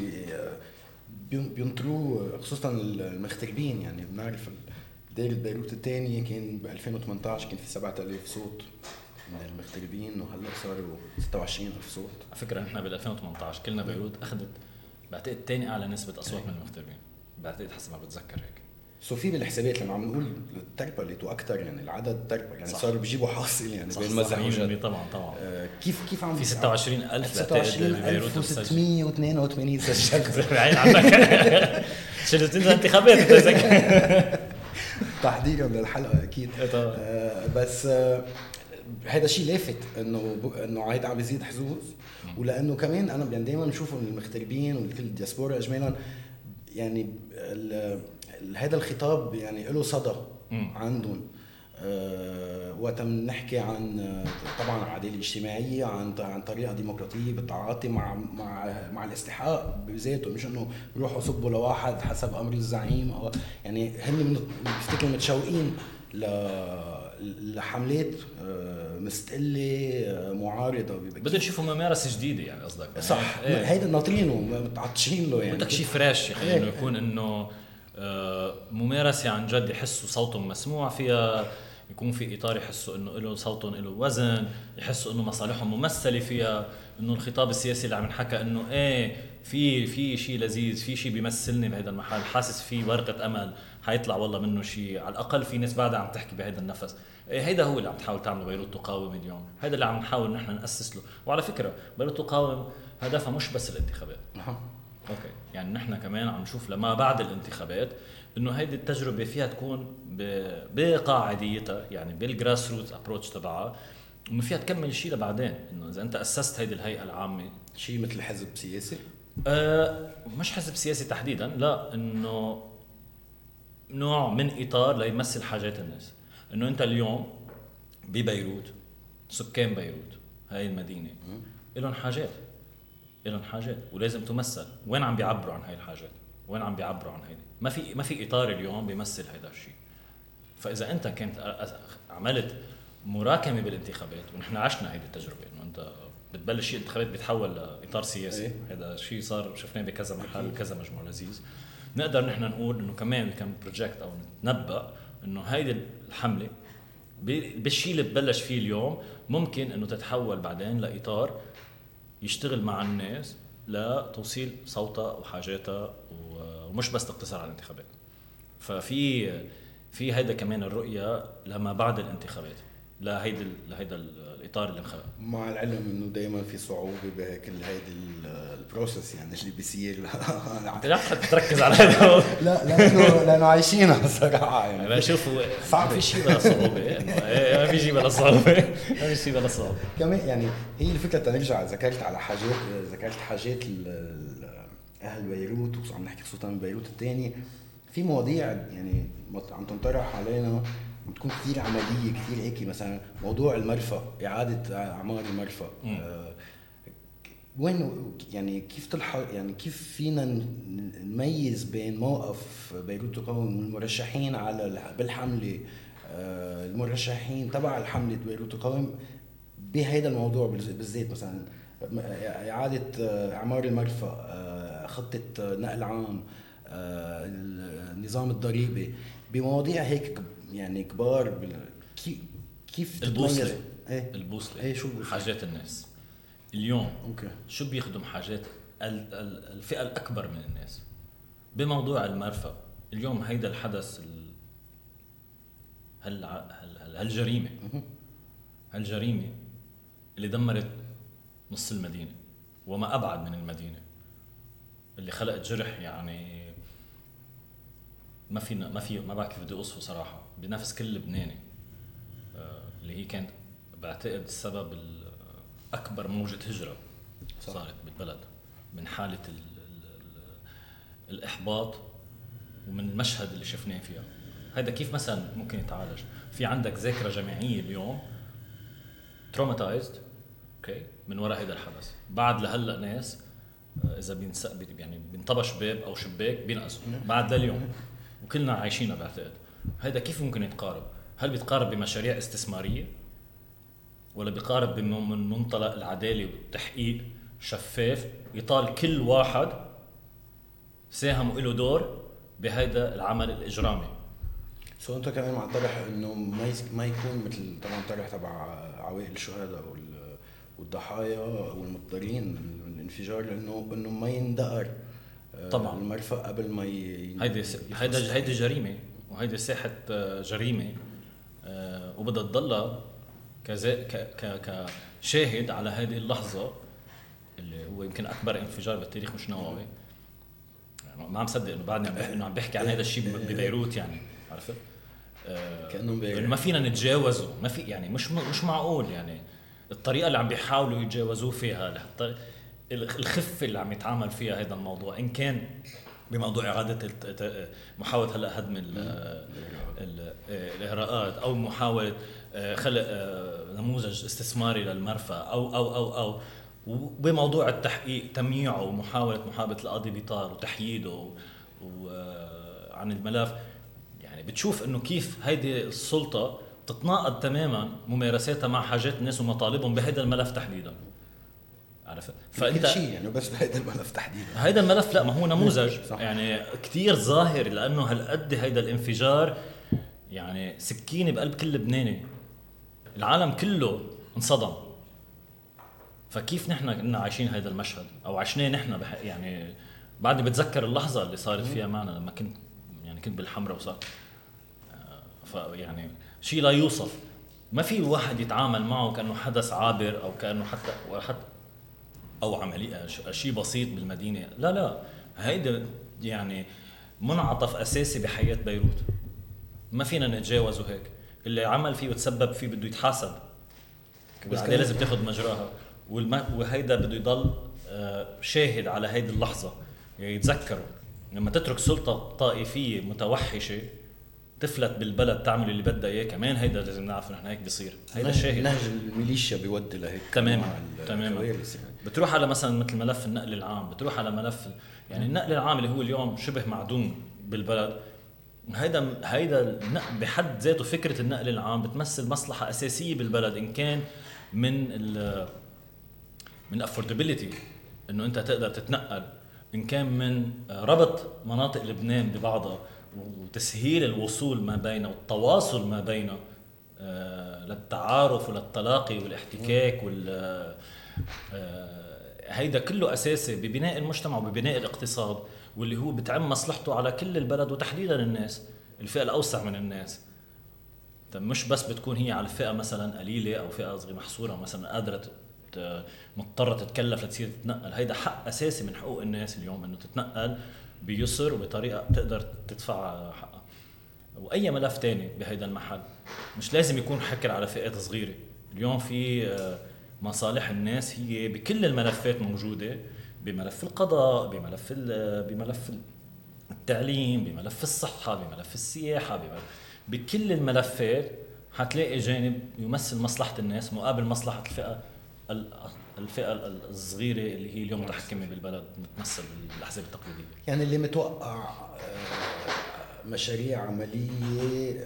بينطروه خصوصا المغتربين. يعني بنعرف دايرة بيروت الثانية كان ب 2018 كان في 7000 صوت من المغتربين، وهلا صاروا 26000 صوت. على فكرة نحن بال 2018 كلنا بيروت اخذت بعتقد ثاني اعلى نسبة اصوات من المغتربين، بعتقد حسب ما بتذكر هيك. في بالحسابات لما عم نقول التربلت واكثر، يعني العدد تربل، يعني صاروا بيجيبوا حاصل يعني بين مزح وجد. طبعا كيف عم في 26000 ببيروت 682 سجلت عين عندك شلت انتخابات تحضيرا للحلقه اكيد. بس هذا شيء لافت انه هيدا عم بيزيد حظوظ، ولانه كمان انا يعني دائما بشوفه المغتربين وكل الدياسبورا اجمالا، يعني هذا الخطاب يعني له صدى عندهم. وقت نحكي عن طبعا العداله الاجتماعيه، عن طريقه ديمقراطيه بالتعاطي مع الاستحقاق بذاته، مش انه يروحوا يصبوا لواحد حسب امر الزعيم، أو يعني هم بفتكر متشوقين لحملات مستقله معارضه. بدهم يشوفوا ممارسه جديده، يعني قصدك صح. هيدا ناطرينه متعطشين له، يعني بدك شيء فريش، يعني انه يكون انه ممارسه عن جد يحسوا صوتهم مسموع فيها، يكون في اطار يحسوا انه له صوتهم له وزن، يحسوا انه مصالحهم ممثله فيها، انه الخطاب السياسي اللي عم نحكى انه ايه في شيء لذيذ، في شيء بيمثلني بهذا المحل، حاسس في ورقه امل حيطلع والله منه شيء، على الاقل في ناس بعدها عم تحكي بهذا النفس. هيدا هو اللي عم تحاول تعمله بيروت تقاوم اليوم، هيدا اللي عم نحاول نحن ناسس له. وعلى فكره بيروت تقاوم هدفها مش بس الانتخابات. اوكي، يعني نحن كمان عم نشوف لما بعد الانتخابات انه هيدي التجربه فيها تكون بقاعديتها، يعني بالجراس روت ابروتش تبعها، انه فيها تكمل شيء لبعدين. انه اذا انت اسست هيدي الهيئه العامه، شيء مثل حزب سياسي، مش حزب سياسي تحديدا، لا، انه نوع من اطار ليمثل حاجات الناس. انه انت اليوم ببيروت، سكان بيروت هاي المدينه لهم حاجات، لهم حاجات ولازم تمثل. وين عم بيعبروا عن هاي الحاجات؟ وين عم بيعبروا عن هيدي؟ ما في اطار اليوم بيمثل هذا الشيء. فاذا انت كنت عملت مراكمه بالانتخابات، ونحن عشنا هيدي التجربه، انه انت بتبلش الانتخابات بيتحول لاطار سياسي. هذا الشيء صار شفناه بكذا محل، كذا مجموع لذيذ. نقدر نحن نقول انه كمان كان بروجكت او نتنبأ انه هيدي الحمله بالشيء اللي ببلش فيه اليوم ممكن انه تتحول بعدين لاطار يشتغل مع الناس لتوصيل صوتها وحاجاتها، ومش بس تقتصر على الانتخابات. في هيدا كمان الرؤية لما بعد الانتخابات لهيدا الإطار اللي انخلق. مع العلم انه دائما في صعوبة بكل هيدي البروسس، يعني اللي بيصير. انت لا تركز على هذا. لا لانه عايشينها صراحة. يعني انا شوف صعب، في شيء بلا صعوبة، ما في شيء بلا صعوبة، ما في شيء بلا صعوبة كمان. يعني هي الفكرة تنرجع، ذكرت حاجات اهل بيروت، وعم نحكي خصوصا بيروت الثاني. في مواضيع يعني عم تنطرح علينا بتكون كثير عملية، كثير هيك. مثلا موضوع المرفأ، إعادة أعمار المرفأ. وين يعني كيف تلحق، يعني كيف فينا نميز بين موقف بيروت تقاوم المرشحين بالحملة، المرشحين تبع الحملة بيروت تقاوم بهذا الموضوع بالذات. مثلا إعادة أعمار المرفأ، خطة نقل عام، النظام الضريبي، بمواضيع هيك يعني كبار. كيف البوصلة؟ ايه البوصلة، ايه شو حاجات الناس اليوم. اوكي، شو بيخدم حاجات الفئة الأكبر من الناس بموضوع المرفأ اليوم؟ هيدا الحدث هالجريمة اللي دمرت نص المدينة وما أبعد من المدينة، اللي خلقت جرح يعني ما بعرف كيف بدي أوصفه صراحة، بنفس كل لبناني. اللي هي كانت بعتقد السبب الأكبر موجة هجرة صارت بالبلد، من حالة الإحباط ومن المشهد اللي شفناه فيها. هذا كيف مثلا ممكن يتعالج؟ في عندك ذاكرة جماعية اليوم traumatized اوكي من وراء هذا الحدث. بعد لهلا ناس اذا يعني بينطبش باب او شباك بينقصوا بعد لليوم، وكلنا عايشينها بعتقد. هذا كيف ممكن يتقارب؟ هل بيتقارب بمشاريع استثمارية، ولا بيقارب من منطلق العدالة والتحقيق شفاف يطال كل واحد ساهم وله دور بهذا العمل الإجرامي؟ انت كمان مع طرح انه ما يكون مثل طبعا طرح تبع عوائل الشهداء والضحايا والمضطرين من الانفجار، انه ما يندقر طبعا المرفأ قبل ما هيدا جريمة، وهيدا ساحة جريمة، وبدها تضلها كشاهد على هذه اللحظة اللي هو يمكن أكبر انفجار بالتاريخ مش نووي. يعني ما عم صدق إنه بعدني إنه عم بحكي عن هذا الشيء ببيروت، يعني عرفت؟ كأنه ما فينا نتجاوزه، ما في يعني مش معقول. يعني الطريقة اللي عم بيحاولوا يتجاوزوه فيها، الخفة اللي عم يتعامل فيها هذا الموضوع، إن كان بموضوع إعادة محاولة هلا هدم الإغراءات، أو محاولة خلق نموذج استثماري للمرفأ، أو وبموضوع التحقيق تمييعه ومحاولة القاضي بيطار وتحييده عن الملف. يعني بتشوف إنه كيف هيدي السلطة تتناقض تماما ممارساتها مع حاجات الناس ومطالبهم بهذا الملف تحديدا. عرفت؟ فانت شيء يعني بس بهذا الملف تحديدا، هيدا الملف لا، ما هو نموذج يعني كتير ظاهر، لانه هالقد هيدا الانفجار يعني سكينه بقلب كل لبناني. العالم كله انصدم، فكيف نحن كنا عايشين هذا المشهد او عشناه نحن يعني بعد بتذكر اللحظه اللي صارت فيها معنا لما كنت بالحمراء وصار فيعني شيء لا يوصف. ما في واحد يتعامل معه كانه حدث عابر او كانه حتى او عمليه شيء بسيط بالمدينه. لا هيدا يعني منعطف اساسي بحياه بيروت، ما فينا نتجاوزه هيك. اللي عمل فيه وتسبب فيه بده يتحاسب، بس لازم تاخذ مجراها. وهيدا بده يضل شاهد على هيدي اللحظه، يعني يتذكروا لما تترك سلطه طائفيه متوحشه تفلت بالبلد تعمل اللي بدها اياه. كمان هيدا لازم نعرف نحن هيك بيصير. هيدا شاهد نهج الميليشيا بيودي لهيك تماما. بتروح على مثلا مثل ملف النقل العام، بتروح على ملف يعني النقل العام اللي هو اليوم شبه معدوم بالبلد. هيدا بحد ذاته فكره النقل العام بتمثل مصلحه اساسيه بالبلد، ان كان من affordability انه انت تقدر تتنقل، ان كان من ربط مناطق لبنان ببعضها وتسهيل الوصول ما بينه والتواصل ما بينه للتعارف وللتلاقي والاحتكاك هيدا كله اساسي ببناء المجتمع وببناء الاقتصاد، واللي هو بتعم مصلحته على كل البلد وتحديدا الناس الفئة الاوسع من الناس. مش بس بتكون هي على الفئة مثلا قليلة او فئة صغيرة محصورة مثلا قادرة مضطرة تتكلف لتصير تتنقل. هيدا حق اساسي من حقوق الناس اليوم، انه تتنقل بيسر وبطريقة تقدر تدفع حقها. واي ملف تاني بهيدا المحل مش لازم يكون حكر على فئات صغيرة. اليوم في مصالح الناس هي بكل الملفات موجودة، بملف القضاء، بملف التعليم، بملف الصحة، بملف السياحة، بكل الملفات حتلاقي جانب يمثل مصلحة الناس مقابل مصلحة الفئة الصغيرة اللي هي اليوم متحكمة بالبلد متمثل بالأحزاب التقليدية. يعني اللي متوقع مشاريع عملية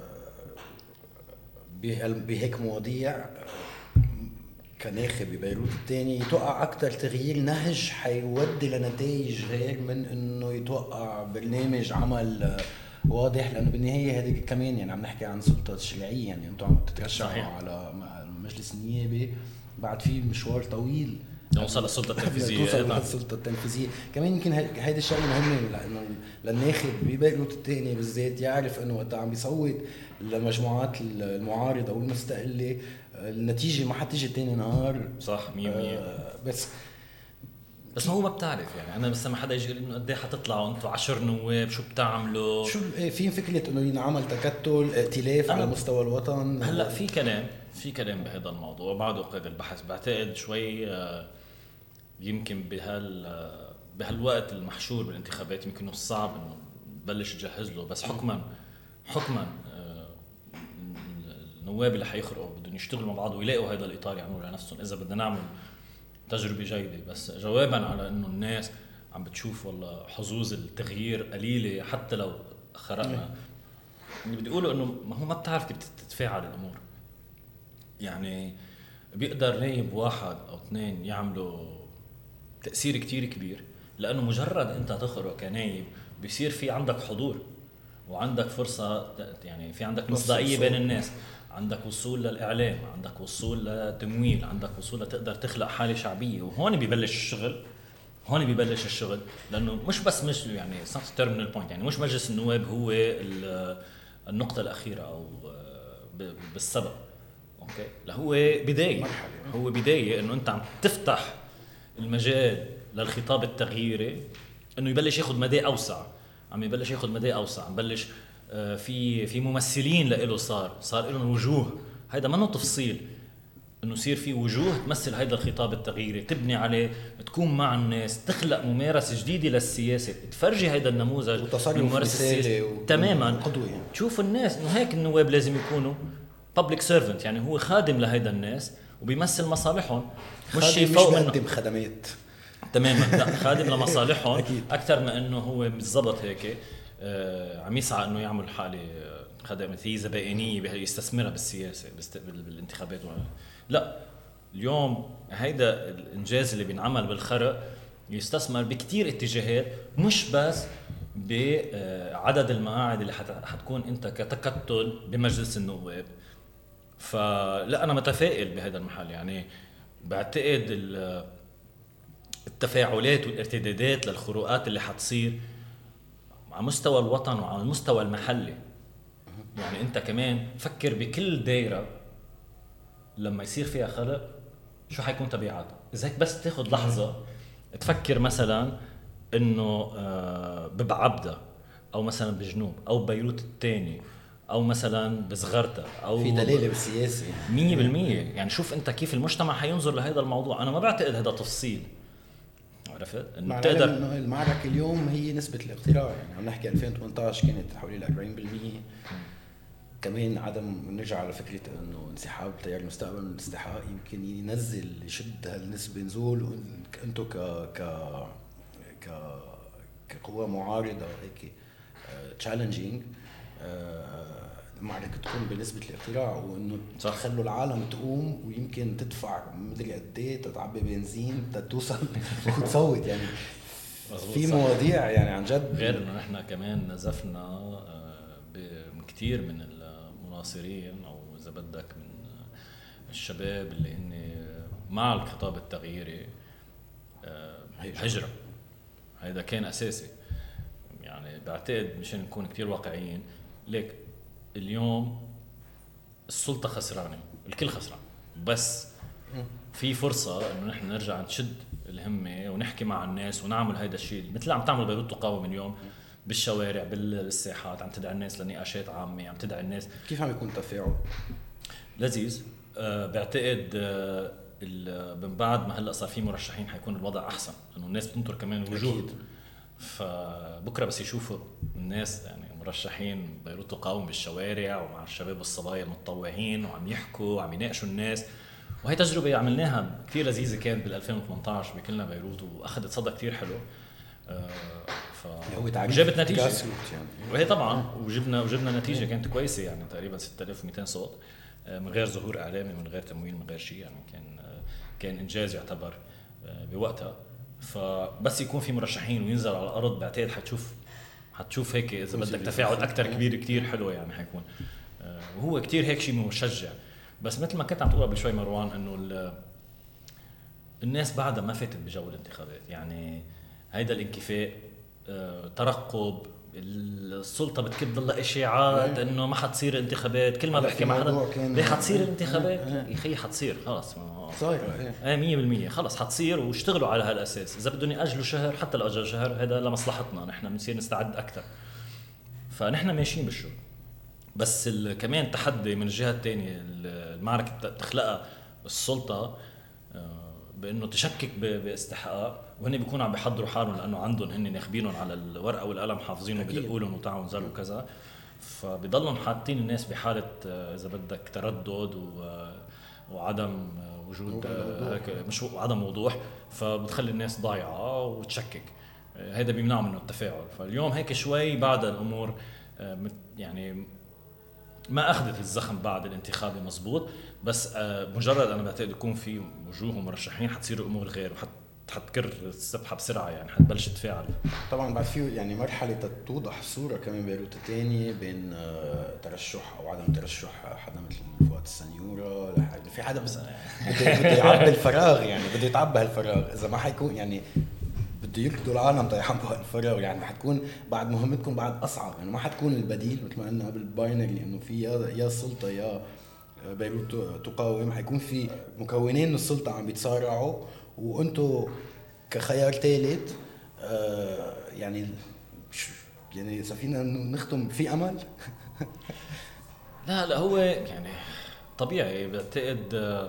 بهيك مواضيع كناخب ببيروت الثاني يتوقع أكتر تغيير نهج حيودي لنتائج غير من إنه يتوقع برنامج عمل واضح، لأنه بالنهاية هذه كمان يعني عم نحكي عن سلطة تشريعية. يعني أنتم عم تترشحوا على مجلس النيابة، بعد في مشوار طويل توصل للسلطة التنفيذية. توصل للسلطة التنفيذية كمان. يمكن هيدا الشيء مهم لأنه للناخب ببيروت الثاني بالذات يعرف إنه وقت عم بيصوت للمجموعات المعارضة والمستقلة النتيجة ما حتيجي تاني نهار. صح 100%. بس هو ما بتعرف يعني. أنا بس ما حدا يجي إنه قديه حتطلعوا أنتوا 10 نواب شو بتعملوا، شو في فكرة إنه ينعمل تكتل ائتلاف على مستوى الوطن. هلا في كلام بهذا الموضوع بعده قيد البحث. بعتقد شوي يمكن بهالوقت المحشور بالانتخابات يمكن صعب إنه بلش يجهز له. بس حكما النواب اللي حيخرقوا بدهم يشتغلوا مع بعض ويلاقوا هذا الإطار يعملوا لنفسهم إذا بدنا نعمل تجربة جيدة. بس جوابا على إنه الناس عم بتشوف والله حظوظ التغيير قليلة حتى لو خرقنا، اللي بدي أقوله إنه ما هو ما بتعرف كيف تتفاعل الأمور. يعني بيقدر نايب واحد أو اثنين يعملوا تأثير كتير كبير، لأنه مجرد أنت تخرج كنايب بيصير في عندك حضور وعندك فرصة، يعني في عندك مصداقية بين الناس، عندك وصول للإعلام، عندك وصول لتمويل، عندك وصول لتقدر تخلق حالة شعبية. وهون بيبلش الشغل. لأنه مش يعني not terminal point. يعني مش مجلس النواب هو النقطة الأخيرة أو بالسبب. أوكي، لا هو بداية إنه أنت عم تفتح المجال للخطاب التغييري إنه يبلش ياخد مدى أوسع. عم بلش في ممثلين لإله صار لهم وجوه. هيدا منه تفصيل، انه يصير في وجوه تمثل هيدا الخطاب التغييري، تبني عليه، تكون مع الناس، تخلق ممارسة جديدة للسياسة، تفرجي هيدا النموذج الممارسة السياسية تماما. قدوة. تشوف الناس انه هيك النواب لازم يكونوا public servant، يعني هو خادم لهيدا الناس وبيمثل مصالحهم، مش شيء فوق منه. بيقدم خدمات تماما، لا خادم لمصالحهم اكثر ما انه هو بالضبط هيك عم يسعى انه يعمل حاله خدمات هي زبائنيه يستثمرها بالسياسه بالانتخابات. لا، اليوم هيدا الانجاز اللي بينعمل بالخرق يستثمر بكتير اتجاهات، مش بس بعدد المقاعد اللي حتكون انت كتكتل بمجلس النواب. فلا انا متفائل بهذا المحل يعني. بعتقد التفاعلات والارتدادات للخروقات اللي حتصير على مستوى الوطن وعلى المستوى المحلي. يعني انت كمان فكر بكل دايرة لما يصير فيها خلق شو حيكون تبعاتها. اذا هيك بس تاخد لحظة تفكر مثلا انه ببعبدة او مثلا بجنوب او بيروت الثاني او مثلا بصغرتها او في دليل بالسياسة 100%. يعني شوف انت كيف المجتمع حينظر لهذا الموضوع. انا ما بعتقد هذا تفصيل، عرفت انه بتقدر انه المعركة اليوم هي نسبة الاقتراع. يعني عم نحكي 2018 كانت حوالي 40%. كمان عدم نرجع على فكرة انه انسحاب تيار المستقبل من الاستحقاق يمكن ينزل يشد هالنسبة نزول. انتو ك كقوة معارضة هيك تشالنجينج المعركة تكون بنسبة الاقتراع وانه تخلوا العالم تقوم ويمكن تدفع مدري قد ايه تتعبي بنزين توصل وتصوت. يعني في مواضيع يعني عن جد. غير انه نحن كمان نزفنا بكثير من المناصرين او اذا بدك من الشباب اللي هن مع الخطاب التغييري هجرة. هذا كان اساسي. يعني بعتقد مشان نكون كتير واقعيين ليك اليوم السلطة خسرانة، الكل خسران، بس في فرصة انه نحن نرجع نشد الهمة ونحكي مع الناس ونعمل هيدا الشيء مثل عم تعمل بيروت تقاوم اليوم بالشوارع بالساحات، عم تدعي الناس لنقاشات عامة، عم تدعي الناس. كيف عم يكون تفاعل؟ لذيذ. بعتقد من بعد ما هلأ صار في مرشحين حيكون الوضع أحسن انه الناس بتنطر كمان وجود. فبكرة بس يشوفوا الناس يعني مرشحين بيروت تقاوم بالشوارع ومع الشباب والصبايا المتطوعين وعم يحكوا وعم يناقشوا الناس. وهي تجربة عملناها كتير لذيذة كانت بال2018 بكلنا بيروت وأخذت صدى كتير حلو. وجابت نتيجة يعني. وهي طبعا وجبنا نتيجة كانت كويسة يعني تقريبا 6200 صوت من غير ظهور إعلامي من غير تمويل من غير شيء. يعني كان إنجاز يعتبر بوقتها. فبس يكون في مرشحين وينزل على الأرض بعتقد حتشوف هيك إذا بدك تفاعل أكتر كبير كتير حلو يعني حيكون. وهو كتير هيك شيء مشجع. بس مثل ما كنت عم تقول قبل شوي مروان انه الناس بعدها ما فاتت بجو الانتخابات. يعني هيدا الانكفاء ترقب السلطة بتكب ضل اشاعات انه ما حتصير انتخابات. كل ما بحكي مع حدا ليه حتصير الانتخابات يا اخي حتصير خلاص صايره 100% خلاص حتصير واشتغلوا على هالاساس. اذا بدهم ياجلوا شهر حتى لو اجل شهر هذا لمصلحتنا نحن بنصير نستعد اكثر. فنحن ماشيين بالشغل. بس كمان تحدي من الجهة الثانية المعركة تخلقها السلطة بأنه تشكك باستحقاق وهن بيكونوا عم بيحضروا حالهم لأنه عندهم هن ناخبينهم على الورقة والقلم حافظينه بيقولون وتعالوا نزلوا وكذا. فبيضلهم حاطين الناس بحالة إذا بدك تردد وعدم وجود مش عدم وضوح. فبتخلي الناس ضايعة وتشكك. هذا بيمنع منه التفاعل. فاليوم هيك شوي بعد الأمور يعني ما أخذت الزخم بعد الانتخابي مزبوط. بس مجرد أنا بعتقد يكون في وجوه ومرشحين حتصير الأمور غير وحتكر السبحة بسرعة. يعني حتبلش تفاعل. طبعا بعد فيه يعني مرحلة توضح الصورة كمان بيروت الثاني بين ترشح أو عدم ترشح حدا مثل فؤاد السنيورة. في حدا بس بده يعبي الفراغ. يعني بده يتعبى هالفراغ. إذا ما حيكون يعني بده يركضوا العالم يعبوا الفراغ. يعني حتكون بعد مهمتكم بعد أصعب. يعني ما حتكون البديل مثل ما قلنا قبل باينري إنه في يا السلطة يا بيروت تقاوم. حيكون في مكونين من السلطة عم بيتصارعوا وأنتو كخيار ثالث. يعني إذا فينا نختم في أمل. لا هو يعني طبيعي. بعتقد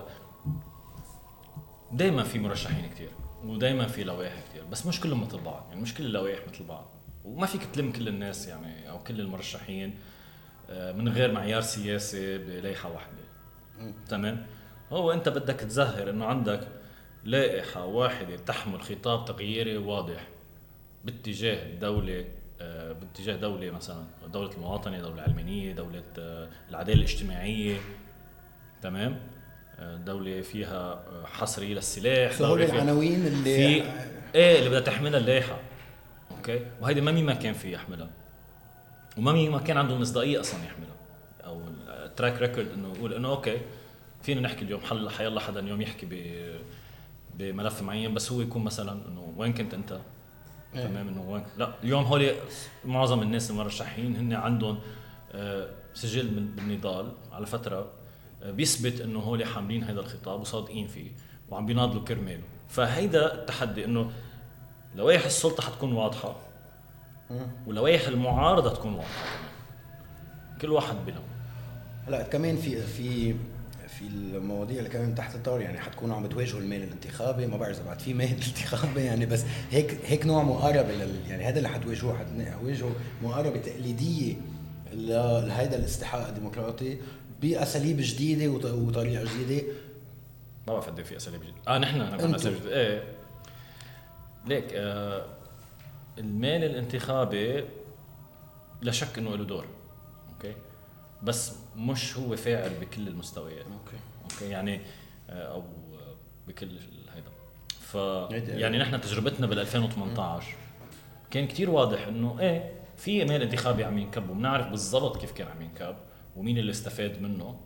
دايما في مرشحين كتير ودايما في لوائح كتير بس مش كلهم مثل بعض. يعني مش كل اللوائح مثل بعض وما فيك تلم كل الناس يعني أو كل المرشحين من غير معيار سياسي بلايحة واحدة. تمام. هو أنت بدك تظهر إنه عندك لائحة واحدة تحمل خطاب تغييري واضح باتجاه الدولة باتجاه دولة مثلا دولة المواطنة، دولة علمانية، دولة العدالة الاجتماعية. تمام. دولة فيها حصرية للسلاح. دولة العناوين اللي اللي بدها تحملها اللائحة. اوكي. وهيدي ما مين ما كان فيه يحملها وما مين ما كان عنده مصداقية اصلا يحملها او التراك ريكورد انه يقول انه اوكي فينا نحكي اليوم حيلا حدا اليوم يحكي بملف معين، بس هو يكون مثلا انه وين كنت انت تمام، انه وين لا اليوم هول معظم الناس المرشحين هن عندهم سجل بالنضال على فتره بيثبت انه هول حاملين هذا الخطاب وصادقين فيه وعم بيناضلوا كرماله. فهيدا التحدي، انه لوائح السلطه حتكون واضحه ولوائح المعارضه تكون واضحه كمان، كل واحد بينهم. هلا كمان في المواضيع اللي كمان تحت الطاوله، يعني حتكونوا عم بتواجهوا المال الانتخابي، ما بعرف اذا بعد في مال انتخابي يعني، بس هيك نوع مقاربه يعني هذا اللي حتواجهوه، حتواجهوا مقاربه تقليديه لهيدا الاستحقاق الديمقراطي باساليب جديده وطريقه جديده. ما بعرف قد في اساليب جديده. نحن عندنا اساليب جديده. ايه ليك المال الانتخابي لا شك انه له دور، اوكي، بس مش هو فاعل بكل المستويات. اوكي يعني او بكل هيدا. يعني نحن تجربتنا بال 2018 كان كتير واضح انه ايه في مال انتخابي عم ينكب، وبنعرف بالضبط كيف كان عم ينكب ومين اللي استفاد منه.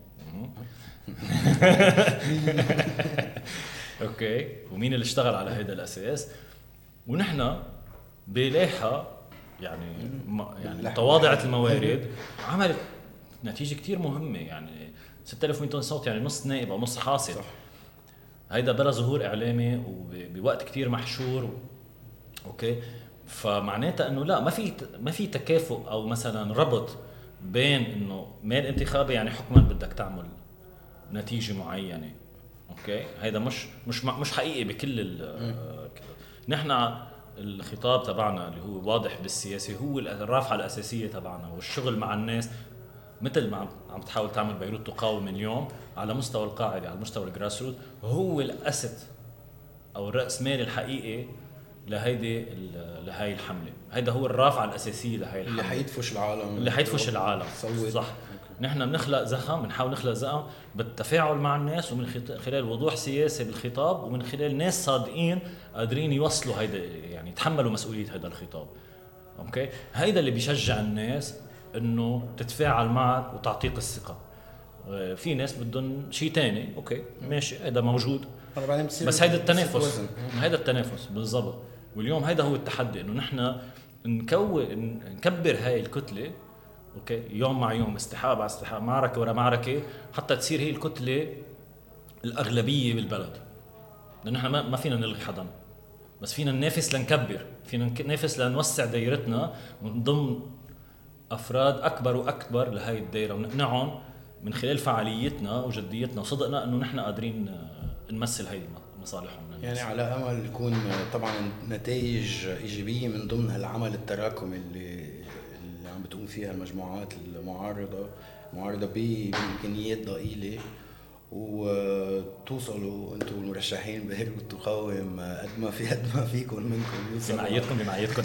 اوكي، ومين اللي اشتغل على هذا الاساس، ونحن بلاحة يعني تواضعت الموارد عملت نتيجة كتير مهمة. يعني 6200 صوت، يعني نص نائب او نص حاصل. هيدا بلا ظهور اعلامي وبوقت كتير محشور. اوكي، فمعناتها انه لا ما في تكافؤ او مثلا ربط بين انه مال انتخابي يعني حكما بدك تعمل نتيجة معينة. اوكي، هيدا مش حقيقي بكل نحن الخطاب تبعنا اللي هو واضح بالسياسة هو الرافعة الأساسية تبعنا، والشغل مع الناس مثل ما عم تحاول تعمل بيروت تقاوم اليوم على مستوى القاعدة، على مستوى الجراسروت، هو الأسد أو الرأس مال الحقيقي لهاي الحملة. هيدا هو الرافعة الأساسية لهاي الحملة اللي حيدفش العالم. صح. نحن بنخلق زخم، بنحاول نخلق زخم بالتفاعل مع الناس، ومن خلال وضوح سياسي بالخطاب، ومن خلال ناس صادقين قادرين يوصلوا هيدا، يعني يتحملوا مسؤولية هيدا الخطاب. اوكي، هيدا اللي بيشجع الناس انه تتفاعل معك وتعطيك الثقة. في ناس بدهم شيء تاني، اوكي ماشي، هيدا موجود، بس هيدا التنافس، هيدا التنافس بالضبط. واليوم هيدا هو التحدي، انه نحن نكبر هاي الكتلة، اوكي، يوم مع يوم، استحقاق بعد استحقاق، معركة ورا معركة، حتى تصير هي الكتلة الأغلبية بالبلد. لأن نحن ما فينا نلغي حدا، بس فينا ننافس لنكبر، فينا ننافس لنوسع دايرتنا ونضم أفراد أكبر وأكبر لهاي الدايرة، ونقنعهم من خلال فعاليتنا وجديتنا وصدقنا إنه نحن قادرين نمثل هاي مصالحهم. يعني على أمل يكون طبعا نتائج إيجابية من ضمن هالعمل التراكمي اللي عم بتقوم فيها المجموعات المعارضة بإمكانيات ضئيلة، وتوصلوا انتم المرشحين بيروت تقاوم قد ما فيكم منكم بمعيتكم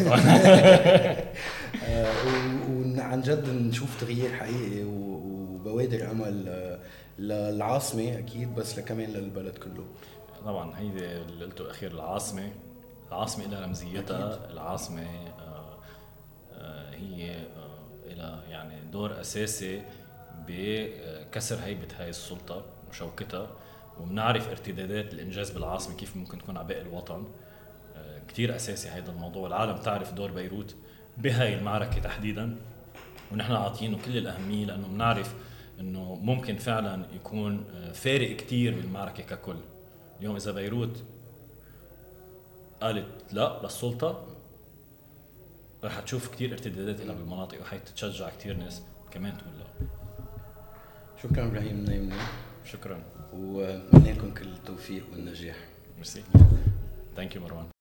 وعن جد نشوف تغيير حقيقي وبوادر امل للعاصمه اكيد، بس كمان للبلد كله. طبعا هيدي اللي قلته اخير، العاصمه لها رمزيتها أكيد. العاصمه هي لها يعني دور اساسي بكسر هيبه هاي السلطه وشوكتها، وبنعرف ارتدادات الانجاز بالعاصمه كيف ممكن تكون على باقي الوطن. كتير اساسي هذا الموضوع، العالم تعرف دور بيروت بهاي المعركه تحديدا، ونحن عاطينه كل الاهميه، لانه بنعرف انه ممكن فعلا يكون فارق كتير بالمعركه ككل. اليوم اذا بيروت قالت لا للسلطه، رح تشوف كتير ارتدادات لها بالمناطق، وحيتشجع كتير ناس كمان تقول لا. شكرا ابراهيم نايمني. شكرا، ونتمنى لكم كل التوفيق والنجاح. ميرسي. ثانك يو مروان.